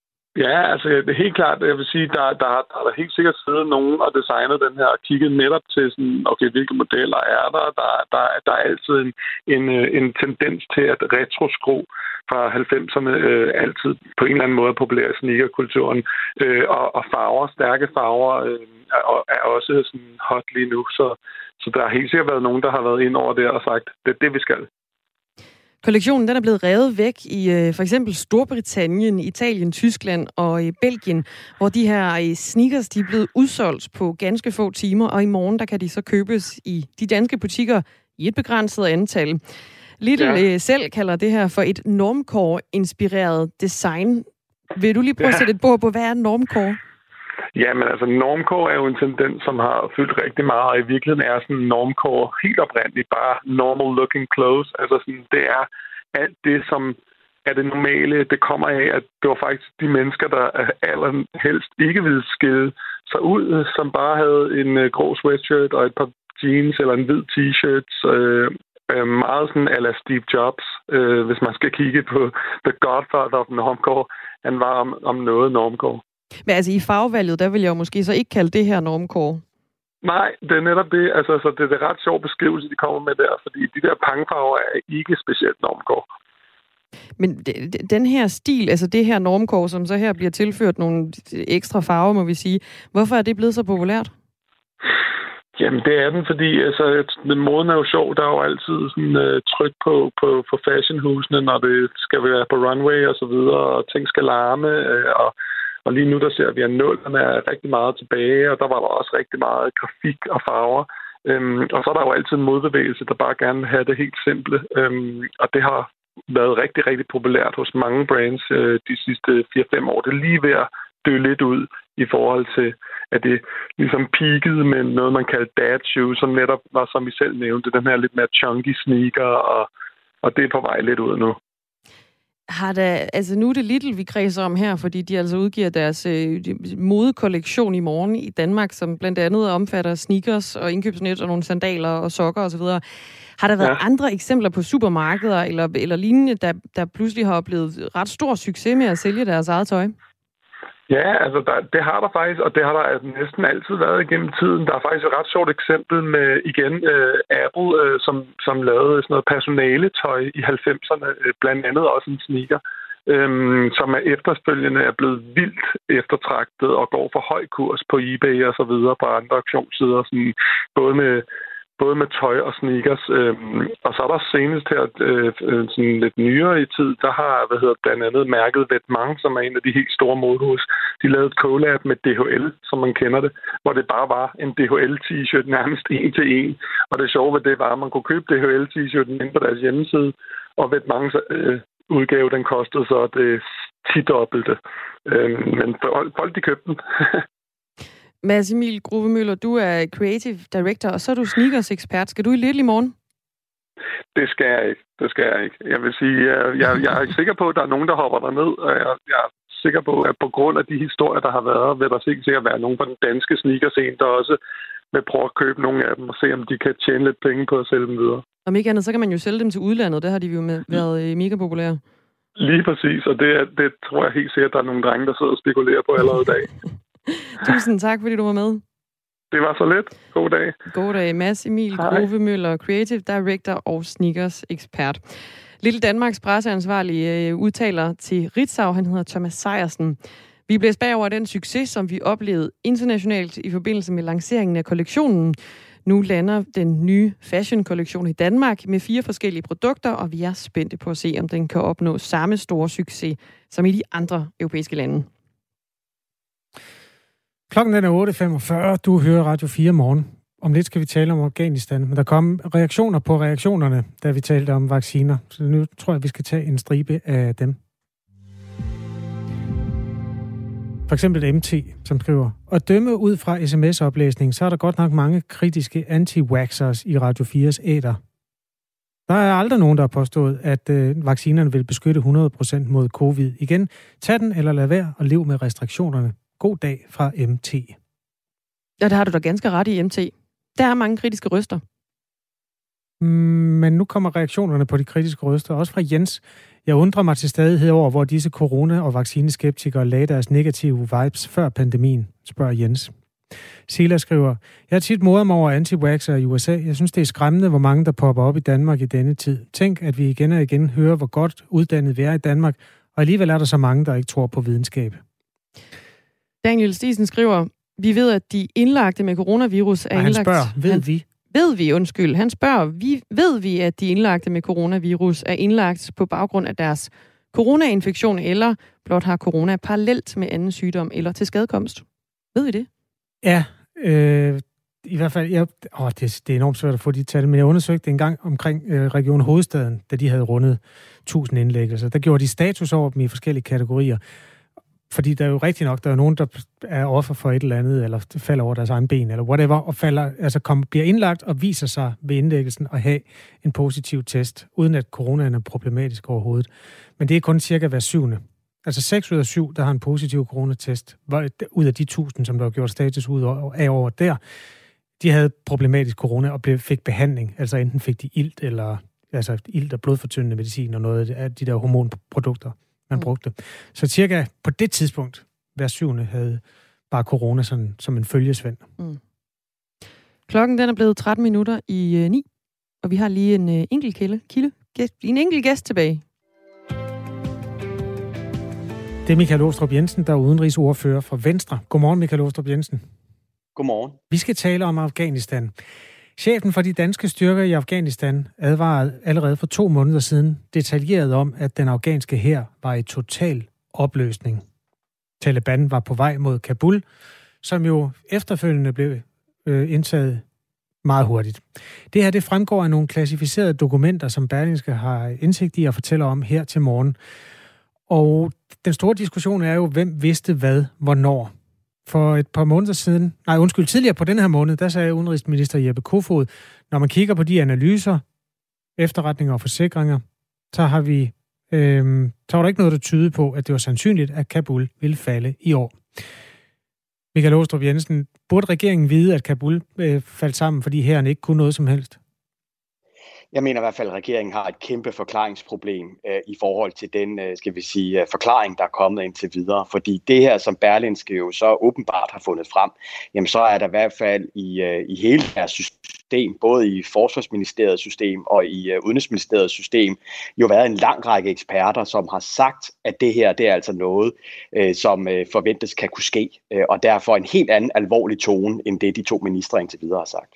Ja, altså det er helt klart, jeg vil sige, der, der, der er der helt sikkert siddet nogen og designet den her og kigget netop til sådan, okay, hvilke modeller er der? Der, der, der er altid en, en, en tendens til, at retro-sko fra halvfemserne øh, altid på en eller anden måde populære sneakerkulturen, øh, og, og farver, stærke farver øh, er, er også sådan hot lige nu, så, så der har helt sikkert været nogen, der har været ind over der og sagt, det er det, vi skal. Kollektionen den er blevet revet væk i øh, for eksempel Storbritannien, Italien, Tyskland og i Belgien, hvor de her øh, sneakers de er blevet udsolgt på ganske få timer, og i morgen der kan de så købes i de danske butikker i et begrænset antal. Lidl ja. øh, selv kalder det her for et normcore-inspireret design. Vil du lige prøve ja. at sætte et bord på, hvad er normcore? Ja, men altså normcore er jo en tendens, som har fyldt rigtig meget, og i virkeligheden er sådan normcore helt oprindeligt bare normal looking clothes. Altså sådan, det er alt det, som er det normale. Det kommer af, at det var faktisk de mennesker, der allerhelst ikke ville skille sig ud, som bare havde en uh, grå sweatshirt og et par jeans eller en hvid t-shirt. Øh, øh, meget sådan a la Steve Jobs, øh, hvis man skal kigge på The Godfather of normcore. Han var om, om noget normcore. Men altså i farvevalget, der vil jeg jo måske så ikke kalde det her normcore. Nej, det er netop det. Altså, så det er det ret sjov beskrivelse, de kommer med der, fordi de der pangfarver er ikke specielt normcore. Men den her stil, altså det her normcore, som så her bliver tilført nogle ekstra farver, må vi sige, hvorfor er det blevet så populært? Jamen, det er den, fordi altså, moden er jo sjov. Der er jo altid sådan uh, tryk på, på, på fashionhusene, når det skal være på runway og så videre, og ting skal larme, uh, og Og lige nu, der ser vi, at nullerne er rigtig meget tilbage, og der var der også rigtig meget grafik og farver. Øhm, og så er der jo altid en modbevægelse, der bare gerne vil have det helt simple. Øhm, og det har været rigtig, rigtig populært hos mange brands øh, de sidste fire fem år. Det er lige ved at dø lidt ud i forhold til, at det ligesom peakede med noget, man kaldte dad shoes, som netop var, som vi selv nævnte, den her lidt mere chunky sneaker, og, og det er på vej lidt ud nu. Har der, altså nu er det Lidl, vi kredser om her, fordi de altså udgiver deres øh, modekollektion i morgen i Danmark, som blandt andet omfatter sneakers og indkøbsnet og nogle sandaler og sokker osv. Har der været ja. andre eksempler på supermarkeder eller, eller lignende, der, der pludselig har oplevet ret stor succes med at sælge deres eget tøj? Ja, altså der, det har der faktisk, og det har der næsten altid været igennem tiden. Der er faktisk et ret sjovt eksempel med, igen, øh, Apple, øh, som, som lavede sådan noget personaletøj i halvfemserne, øh, blandt andet også en sneaker, øh, som er efterfølgende er blevet vildt eftertragtet og går for høj kurs på eBay og så videre på andre auktionssider, sådan, både med både med tøj og sneakers. Øhm, og så er der senest her, øh, sådan lidt nyere i tid, der har, hvad hedder blandt andet mærket Vetements, som er en af de helt store modehus. De lavede et collab med D H L, som man kender det, hvor det bare var en D H L-t-shirt nærmest en til en. Og det sjove ved det var, at man kunne købe D H L-t-shirten inde på deres hjemmeside, og Vetements øh, udgave, den kostede så det ti-dobbelte. Øhm, men folk, de købte den. Mads Emil Gruvemøller, du er Creative Director, og så er du sneakers-ekspert. Skal du i Lidl i morgen? Det skal jeg ikke. Det skal jeg ikke. Jeg vil sige, jeg, jeg, jeg er sikker på, at der er nogen, der hopper derned, og jeg, jeg er sikker på, at på grund af de historier, der har været, vil der sikkert være nogen på den danske sneakerscene, der også vil prøve at købe nogle af dem og se, om de kan tjene lidt penge på at sælge dem videre. Om ikke andet, så kan man jo sælge dem til udlandet. Der har de jo med, været mega populære. Lige præcis, og det, det tror jeg helt sikkert, at der er nogle drenge, der sidder og spekulerer på allerede i dag. Tusind tak, fordi du var med. Det var så lidt. God dag. God dag. Mads Emil Gruvemøller, Creative Director og sneakers ekspert. Lille Danmarks presseansvarlige øh, udtaler til Ritzau, han hedder Thomas Sejersen. Vi blev spærret over den succes, som vi oplevede internationalt i forbindelse med lanceringen af kollektionen. Nu lander den nye fashion-kollektion i Danmark med fire forskellige produkter, og vi er spændte på at se, om den kan opnå samme store succes som i de andre europæiske lande. Klokken er otte femogfyrre. Du hører Radio fire morgen. Om lidt skal vi tale om Afghanistan, men der kom reaktioner på reaktionerne, da vi talte om vacciner. Så nu tror jeg, vi skal tage en stribe af dem. For eksempel M T, som skriver, at dømme ud fra sms-oplæsning, så er der godt nok mange kritiske anti-vaxxers i Radio fires æter. Der er aldrig nogen, der har påstået, at øh, vaccinerne vil beskytte hundrede procent mod covid. Igen, tag den eller lad være og lev med restriktionerne. God dag fra M T. Ja, det har du da ganske ret i, M T. Der er mange kritiske røster. Mm, men nu kommer reaktionerne på de kritiske røster, også fra Jens. Jeg undrer mig til stadighed over, hvor disse corona- og vaccineskeptikere lagde deres negative vibes før pandemien, spørger Jens. Sila skriver, jeg har tit modet mig over anti-vaxxer i U S A. Jeg synes, det er skræmmende, hvor mange der popper op i Danmark i denne tid. Tænk, at vi igen og igen hører, hvor godt uddannet vi er i Danmark, og alligevel er der så mange, der ikke tror på videnskab. Daniel Stisen skriver, vi ved, at de indlagte med coronavirus er indlagt... Han indlagt... spørger, ved han... vi? Ved vi, undskyld. Han spørger, vi, ved vi, at de indlagte med coronavirus er indlagt på baggrund af deres coronainfektion, eller blot har corona parallelt med anden sygdom eller til skadekomst? Ved vi det? Ja, øh, i hvert fald, jeg, åh, det, det er enormt svært at få de tal, men jeg undersøgte en gang omkring øh, Region Hovedstaden, da de havde rundet tusind indlæggelser. Der gjorde de status over dem i forskellige kategorier. Fordi der er jo rigtig nok, der er nogen, der er offer for et eller andet, eller falder over deres egen ben, eller whatever, og falder, altså kommer, bliver indlagt og viser sig ved indlæggelsen at have en positiv test, uden at coronaen er problematisk overhovedet. Men det er kun cirka hver syvende. Altså seks ud af syv, der har en positiv coronatest, ud af de tusind, som der har gjort status ud af over der, de havde problematisk corona og blev, fik behandling. Altså enten fik de ilt, eller altså ilt og blodfortyndende medicin, og noget af de der hormonprodukter, man brugte. Så cirka på det tidspunkt, hver syvende havde bare corona sådan, som en følgesvend. Mm. Klokken den er blevet tretten minutter i øh, ni, og vi har lige en øh, enkelt kilde, kilde, gæst, en enkelt gæst tilbage. Det er Michael Aastrup Jensen, der er udenrigsordfører for Venstre. Godmorgen, Michael Aastrup Jensen. Godmorgen. Vi skal tale om Afghanistan. Chefen for de danske styrker i Afghanistan advarede allerede for to måneder siden detaljeret om, at den afghanske hær var i total opløsning. Taliban var på vej mod Kabul, som jo efterfølgende blev øh, indtaget meget hurtigt. Det her det fremgår af nogle klassificerede dokumenter, som Berlingske har indsigt i og fortæller om her til morgen. Og den store diskussion er jo, hvem vidste hvad, hvornår. For et par måneder siden, nej undskyld, tidligere på den her måned, der sagde udenrigsminister Jeppe Kofod, når man kigger på de analyser, efterretninger og forsikringer, så har vi, øh, så var der ikke noget, der tyder på, at det var sandsynligt, at Kabul ville falde i år. Michael Aastrup Jensen, burde regeringen vide, at Kabul øh, faldt sammen, fordi hæren ikke kunne noget som helst? Jeg mener i hvert fald, at regeringen har et kæmpe forklaringsproblem øh, i forhold til den, øh, skal vi sige, forklaring, der er kommet indtil videre. Fordi det her, som Berlingske jo så åbenbart har fundet frem, jamen så er der i hvert fald i, øh, i hele deres system, både i Forsvarsministeriets system og i øh, Udenrigsministeriets system, jo været en lang række eksperter, som har sagt, at det her, det er altså noget, øh, som øh, forventes kan kunne ske. Øh, og derfor en helt anden alvorlig tone, end det de to ministre indtil videre har sagt.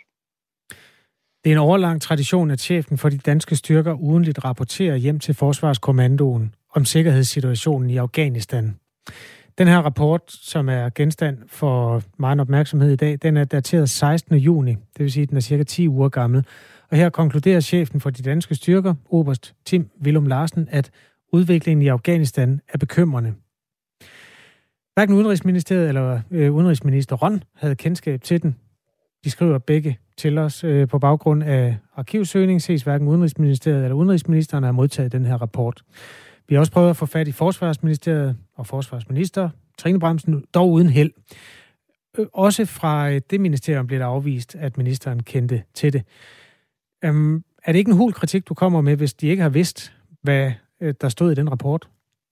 Det er en overlang tradition, at chefen for de danske styrker ugenligt rapporterer hjem til Forsvarskommandoen om sikkerhedssituationen i Afghanistan. Den her rapport, som er genstand for meget opmærksomhed i dag, den er dateret sekstende juni, det vil sige, at den er cirka ti uger gammel. Og her konkluderer chefen for de danske styrker, oberst Tim Willum Larsen, at udviklingen i Afghanistan er bekymrende. Hverken Udenrigsministeriet eller øh, udenrigsministeren havde kendskab til den. De skriver begge til os øh, på baggrund af arkivsøgning, ses hverken Udenrigsministeriet eller Udenrigsministeren har modtaget den her rapport. Vi har også prøvet at få fat i Forsvarsministeriet og Forsvarsminister Trine Bramsen, dog uden held. Øh, også fra øh, det ministerium blev der afvist, at ministeren kendte til det. Øhm, er det ikke en hul kritik, du kommer med, hvis de ikke har vidst, hvad øh, der stod i den rapport?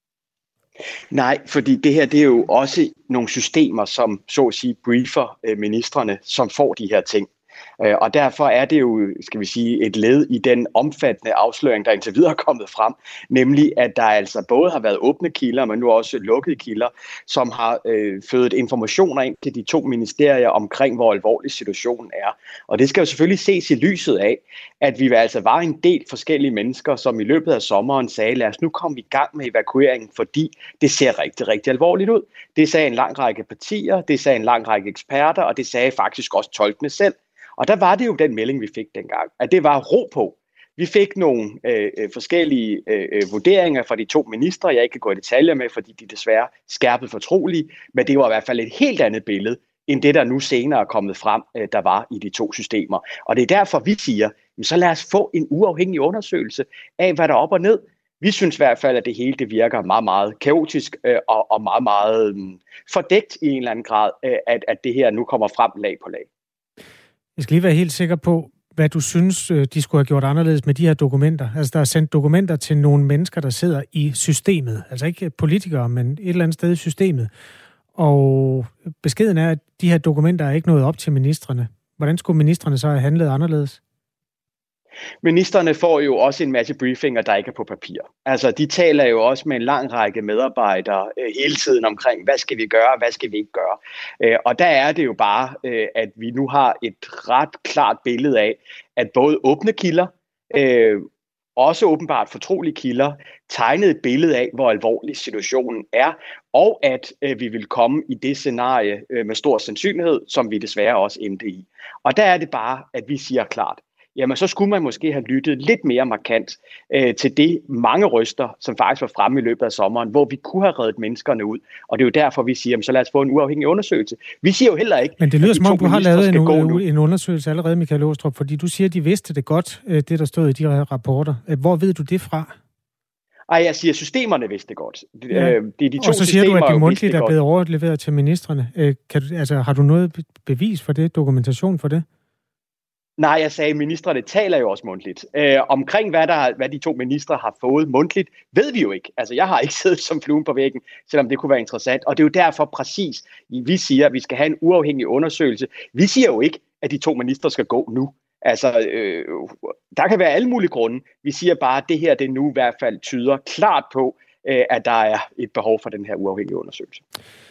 Nej, fordi det her det er jo også nogle systemer, som så at sige briefer øh, ministrene, som får de her ting. Og derfor er det jo, skal vi sige, et led i den omfattende afsløring, der indtil videre er kommet frem, nemlig at der altså både har været åbne kilder, men nu også lukkede kilder, som har øh, fødet informationer ind til de to ministerier omkring, hvor alvorlig situationen er. Og det skal jo selvfølgelig ses i lyset af, at vi altså var en del forskellige mennesker, som i løbet af sommeren sagde, lad os nu komme i gang med evakueringen, fordi det ser rigtig, rigtig alvorligt ud. Det sagde en lang række partier, det sagde en lang række eksperter, og det sagde faktisk også tolkene selv. Og der var det jo den melding, vi fik dengang, at det var ro på. Vi fik nogle øh, forskellige øh, vurderinger fra de to ministre, jeg ikke kan gå i detaljer med, fordi de desværre skærpet fortrolige, men det var i hvert fald et helt andet billede, end det, der nu senere er kommet frem, øh, der var i de to systemer. Og det er derfor, vi siger, så lad os få en uafhængig undersøgelse af, hvad der er op og ned. Vi synes i hvert fald, at det hele det virker meget, meget kaotisk øh, og, og meget, meget øh, fordækt i en eller anden grad, øh, at, at det her nu kommer frem lag på lag. Jeg skal lige være helt sikker på, hvad du synes, de skulle have gjort anderledes med de her dokumenter. Altså, der er sendt dokumenter til nogle mennesker, der sidder i systemet. Altså ikke politikere, men et eller andet sted i systemet. Og beskeden er, at de her dokumenter er ikke nået op til ministrene. Hvordan skulle ministrene så have handlet anderledes? Ministerne får jo også en masse briefinger, der ikke er på papir. Altså, de taler jo også med en lang række medarbejdere øh, hele tiden omkring, hvad skal vi gøre, hvad skal vi ikke gøre. Øh, og der er det jo bare, øh, at vi nu har et ret klart billede af, at både åbne kilder, øh, også åbenbart fortrolige kilder, tegnede et billede af, hvor alvorlig situationen er, og at øh, vi vil komme i det scenarie øh, med stor sandsynlighed, som vi desværre også endte i. Og der er det bare, at vi siger klart, jamen så skulle man måske have lyttet lidt mere markant øh, til det mange røster, som faktisk var fremme i løbet af sommeren, hvor vi kunne have reddet menneskerne ud. Og det er jo derfor, vi siger, jamen, så lad os få en uafhængig undersøgelse. Vi siger jo heller ikke... Men det lyder som om, du har lavet en, en undersøgelse allerede, Michael Aastrup, fordi du siger, at de vidste det godt, det der stod i de her rapporter. Hvor ved du det fra? Ej, jeg siger, at systemerne vidste det godt. Ja. Det er de to og så siger du, at det mundtligt er blevet overleveret til ministrene. Kan du, altså, har du noget bevis for det, dokumentation for det? Nej, jeg sagde, at ministrene taler jo også mundtligt. Øh, omkring hvad, der, hvad de to ministre har fået mundtligt, ved vi jo ikke. Altså, jeg har ikke siddet som fluen på væggen, selvom det kunne være interessant. Og det er jo derfor præcis, vi siger, at vi skal have en uafhængig undersøgelse. Vi siger jo ikke, at de to ministre skal gå nu. Altså, øh, der kan være alle mulige grunde. Vi siger bare, at det her det nu i hvert fald tyder klart på, øh, at der er et behov for den her uafhængige undersøgelse.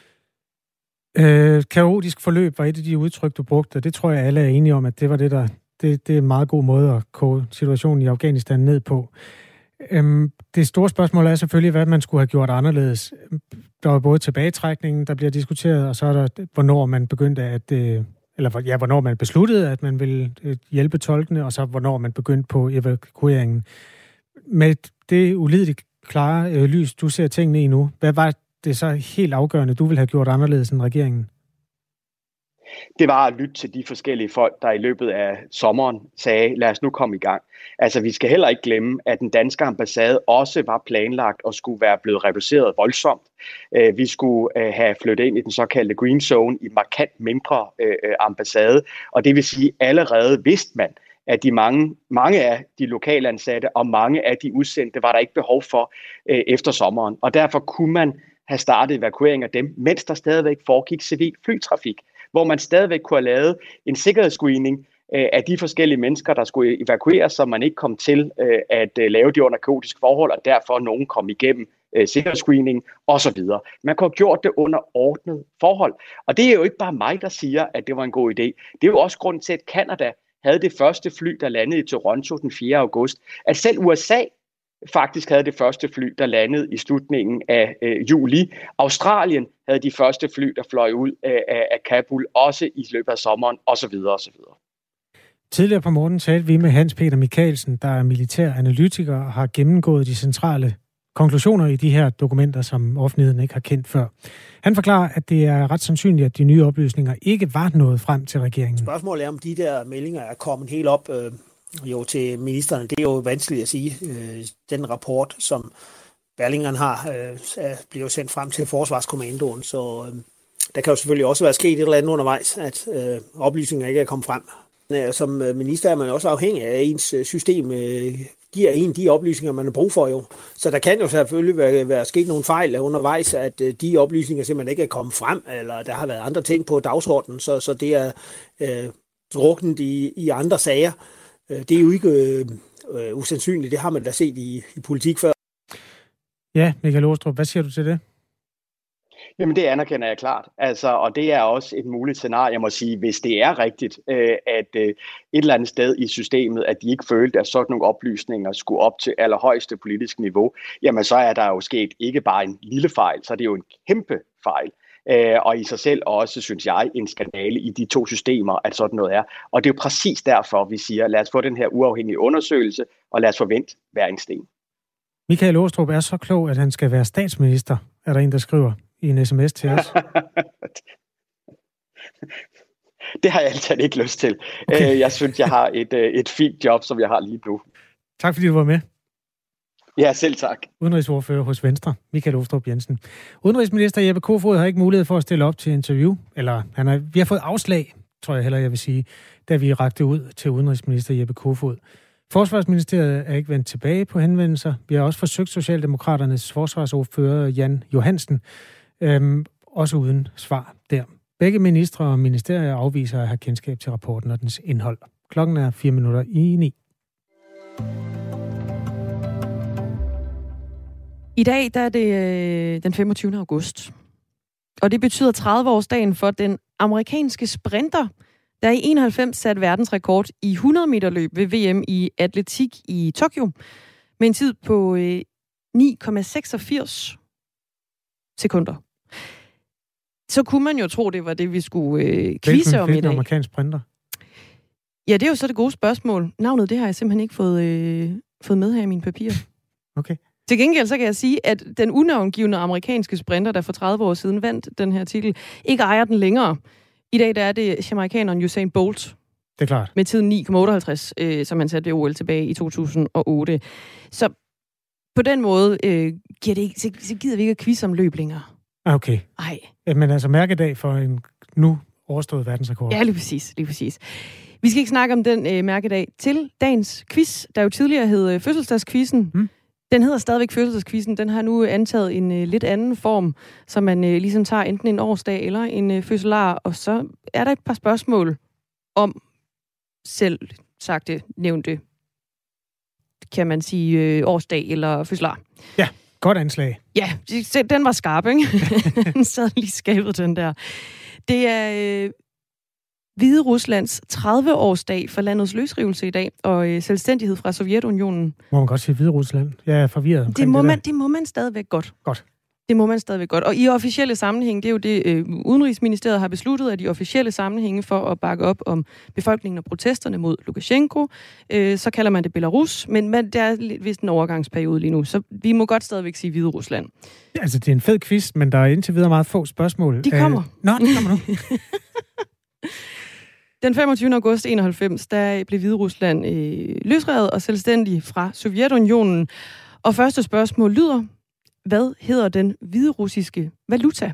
Øh, kaotisk forløb var et af de udtryk, du brugte, og det tror jeg, alle er enige om, at det var det, der det, det er en meget god måde at koge situationen i Afghanistan ned på. Øhm, det store spørgsmål er selvfølgelig, hvad man skulle have gjort anderledes. Der var både tilbagetrækningen, der bliver diskuteret, og så er der, hvornår man begyndte at, øh, eller ja, hvornår man besluttede, at man ville øh, hjælpe tolkene, og så hvornår man begyndte på evakueringen. Med det ulideligt klare øh, lys, du ser tingene i nu, hvad var det er så helt afgørende, du vil have gjort anderledes end regeringen? Det var at lytte til de forskellige folk, der i løbet af sommeren sagde, lad os nu komme i gang. Altså, vi skal heller ikke glemme, at den danske ambassade også var planlagt og skulle være blevet reduceret voldsomt. Vi skulle have flyttet ind i den såkaldte green zone i markant mindre ambassade, og det vil sige, allerede vidste man, at de mange, mange af de lokale ansatte og mange af de udsendte var der ikke behov for efter sommeren. Og derfor kunne man have startet evakuering af dem, mens der stadigvæk foregik civil flytrafik, hvor man stadigvæk kunne have lavet en sikkerhedsscreening af de forskellige mennesker, der skulle evakueres, så man ikke kom til at lave det under kaotiske forhold, og derfor nogen kom igennem sikkerhedsscreening osv. Man kunne have gjort det under ordnet forhold. Og det er jo ikke bare mig, der siger, at det var en god idé. Det er jo også grund til, at Canada havde det første fly, der landede i Toronto den fjerde august. At selv U S A faktisk havde det første fly, der landede i slutningen af øh, juli. Australien havde de første fly, der fløj ud af, af Kabul, også i løbet af sommeren, osv. osv. Tidligere på morgenen talte vi med Hans Peter Michaelsen, der er militær analytiker og har gennemgået de centrale konklusioner i de her dokumenter, som offentligheden ikke har kendt før. Han forklarer, at det er ret sandsynligt, at de nye oplysninger ikke var nået frem til regeringen. Spørgsmålet er, om de der meldinger er kommet helt op øh, jo til ministerne. Det er jo vanskeligt at sige. Øh, den rapport, som Berlingeren har, øh, bliver jo sendt frem til Forsvarskommandoen, så øh, der kan jo selvfølgelig også være sket et eller andet undervejs, at øh, oplysninger ikke er kommet frem. Som minister er man også afhængig af, ens system øh, giver en de oplysninger, man har brug for jo. Så der kan jo selvfølgelig være, være sket nogle fejl undervejs, at øh, de oplysninger simpelthen ikke er kommet frem, eller der har været andre ting på dagsordenen, så, så det er øh, druknet i, i andre sager. Det er jo ikke øh, øh, usandsynligt. Det har man da set i, i politik før. Ja, Michael Aastrup, hvad siger du til det? Jamen det anerkender jeg klart, altså, og det er også et muligt scenarie, jeg må sige, hvis det er rigtigt, øh, at øh, et eller andet sted i systemet, at de ikke følte, at sådan nogle oplysninger skulle op til allerhøjeste politisk niveau, jamen så er der jo sket ikke bare en lille fejl, så er det jo en kæmpe fejl. Øh, og i sig selv også, synes jeg, en skandale i de to systemer, at sådan noget er. Og det er jo præcis derfor, vi siger, lad os få den her uafhængige undersøgelse, og lad os forvente hver en sten. Michael Aastrup er så klog, at han skal være statsminister, er der en, der skriver i en sms til os. Det har jeg altid ikke lyst til. Okay. Jeg synes, jeg har et, et fint job, som jeg har lige nu. Tak fordi du var med. Ja, selv tak. Udenrigsordfører hos Venstre, Michael Aastrup Jensen. Udenrigsminister Jeppe Kofod har ikke mulighed for at stille op til interview, eller han har, vi har fået afslag, tror jeg heller, jeg vil sige, da vi rakte ud til udenrigsminister Jeppe Kofod. Forsvarsministeriet er ikke vendt tilbage på henvendelser. Vi har også forsøgt Socialdemokraternes forsvarsordfører Jan Johansen, øhm, også uden svar der. Begge ministre og ministerier afviser at have kendskab til rapporten og dens indhold. Klokken er fire minutter i ni. I dag der er det øh, den femogtyvende august, og det betyder tredive-årsdagen for den amerikanske sprinter, der i enoghalvfems satte verdensrekord i hundrede meter løb ved V M i atletik i Tokyo, med en tid på øh, ni komma seksogfirs sekunder. Så kunne man jo tro, det var det, vi skulle øh, quizze om i dag. Hvilken amerikansk sprinter? Ja, det er jo så det gode spørgsmål. Navnet, det har jeg simpelthen ikke fået, øh, fået med her i mine papirer. Okay. Til gengæld så kan jeg sige, at den unavngivne amerikanske sprinter, der for tredive år siden vandt den her titel, ikke ejer den længere. I dag der er det jamaikaneren Usain Bolt. Det er klart. Med tiden ni komma otteoghalvtreds, øh, som han satte ved O L tilbage i to tusind og otte. Så på den måde øh, giver det ikke, så, så gider vi ikke at quizze om løb længere. Okay. Ej. Men altså mærkedag for en nu overstået verdensrekord. Ja, lige præcis. Lige præcis. Vi skal ikke snakke om den øh, mærkedag til dagens quiz, der jo tidligere hed øh, fødselsdagsquizzen. Hmm. Den hedder stadigvæk fødselsdagsquizzen. Den har nu antaget en øh, lidt anden form, så man øh, ligesom tager enten en årsdag eller en øh, fødselar, og så er der et par spørgsmål om selv sagte, nævnte, kan man sige, øh, årsdag eller fødselar. Ja, godt anslag. Ja, den var skarp, ikke? Den sad lige skabet, den der. Det er øh, Hvide Ruslands tredive-årsdag for landets løsrivelse i dag, og øh, selvstændighed fra Sovjetunionen. Må man godt sige Hvide Rusland? Jeg er forvirret. Det må, det, man, det må man stadigvæk godt. Godt. Det må man stadigvæk godt. Og i officielle sammenhæng, det er jo det, øh, Udenrigsministeriet har besluttet, at i officielle sammenhænge for at bakke op om befolkningen og protesterne mod Lukashenko, øh, så kalder man det Belarus, men man, der er vist en overgangsperiode lige nu, så vi må godt stadigvæk sige Hvide Rusland. Ja, altså, det er en fed quiz, men der er indtil videre meget få spørgsmål. De kommer. Øh, nå, de kommer nu. Den femogtyvende august enoghalvfems, der blev Hvide Rusland øh, løsrevet og selvstændig fra Sovjetunionen. Og første spørgsmål lyder: hvad hedder den hviderussiske valuta?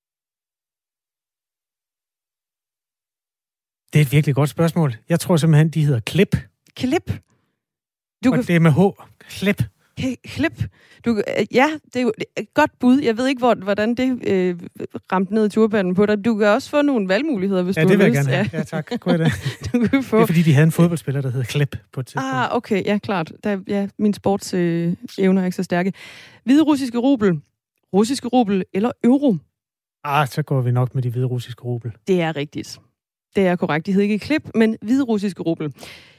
Det er et virkelig godt spørgsmål. Jeg tror simpelthen, de hedder klip. Klip? Du og kan... det er med H. Klip. Klip. Du, ja, det er jo et godt bud. Jeg ved ikke, hvor, hvordan det øh, ramte ned i turbanen på dig. Du kan også få nogle valgmuligheder, hvis ja, du vil har lyst. Ja, det vil jeg gerne have. Ja, tak. God du kan få... Det er, fordi de havde en fodboldspiller, der hed Klip på et tidspunkt. Ah, okay. Ja, klart. Der, ja, min sportsevner øh, er ikke så stærke. Hvide russiske rubel, russiske rubel eller euro? Ah, så går vi nok med de hvide russiske rubel. Det er rigtigt. Det er korrekt. De hedder ikke klip, men hvide russiske rubel.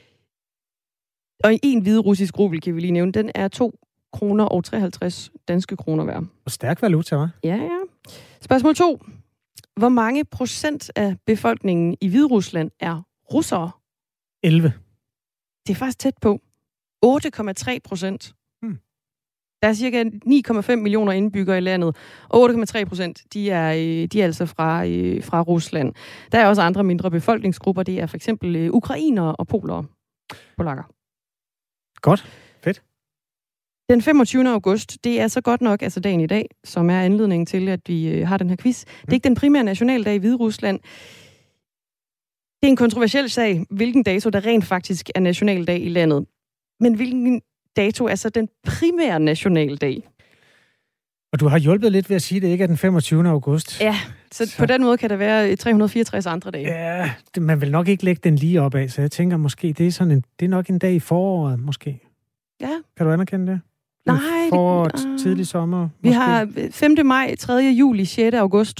Og en hvide russisk rubel, kan vi lige nævne, den er to kroner og treoghalvtreds danske kroner værd. Og stærk valuta, hva'? Ja, ja. Spørgsmål to. Hvor mange procent af befolkningen i Hviderusland er russere? elleve. Det er faktisk tæt på. otte komma tre procent. Hmm. Der er cirka ni komma fem millioner indbyggere i landet, og otte komma tre procent, de er, de er altså fra, fra Rusland. Der er også andre mindre befolkningsgrupper. Det er for eksempel ukrainere og polere. Polakker. Godt. Fedt. Den femogtyvende august, det er så godt nok, altså dagen i dag, som er anledningen til, at vi øh, har den her quiz. Det er ikke den primære nationaldag i Hviderusland. Det er en kontroversiel sag, hvilken dato der rent faktisk er nationaldag i landet. Men hvilken dato er så den primære nationaldag? Og du har hjulpet lidt ved at sige, at det ikke er den femogtyvende august. Ja, så, så på den måde kan der være tre hundrede og fireogtres andre dage. Ja, det, man vil nok ikke lægge den lige op af, så jeg tænker måske, det er, sådan en, det er nok en dag i foråret, måske. Ja. Kan du anerkende det? Nej. Foråret, det, uh, tidlig sommer, Vi måske. har femte maj, tredje juli, sjette august.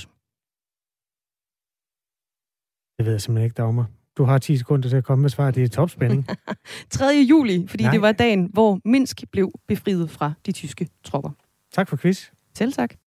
Det ved jeg simpelthen ikke, Dagmar. Du har ti sekunder til at komme med svar. Det er topspænding. tredje juli, fordi Nej. det var dagen, hvor Minsk blev befriet fra de tyske tropper. Tak for quiz. Selv tak.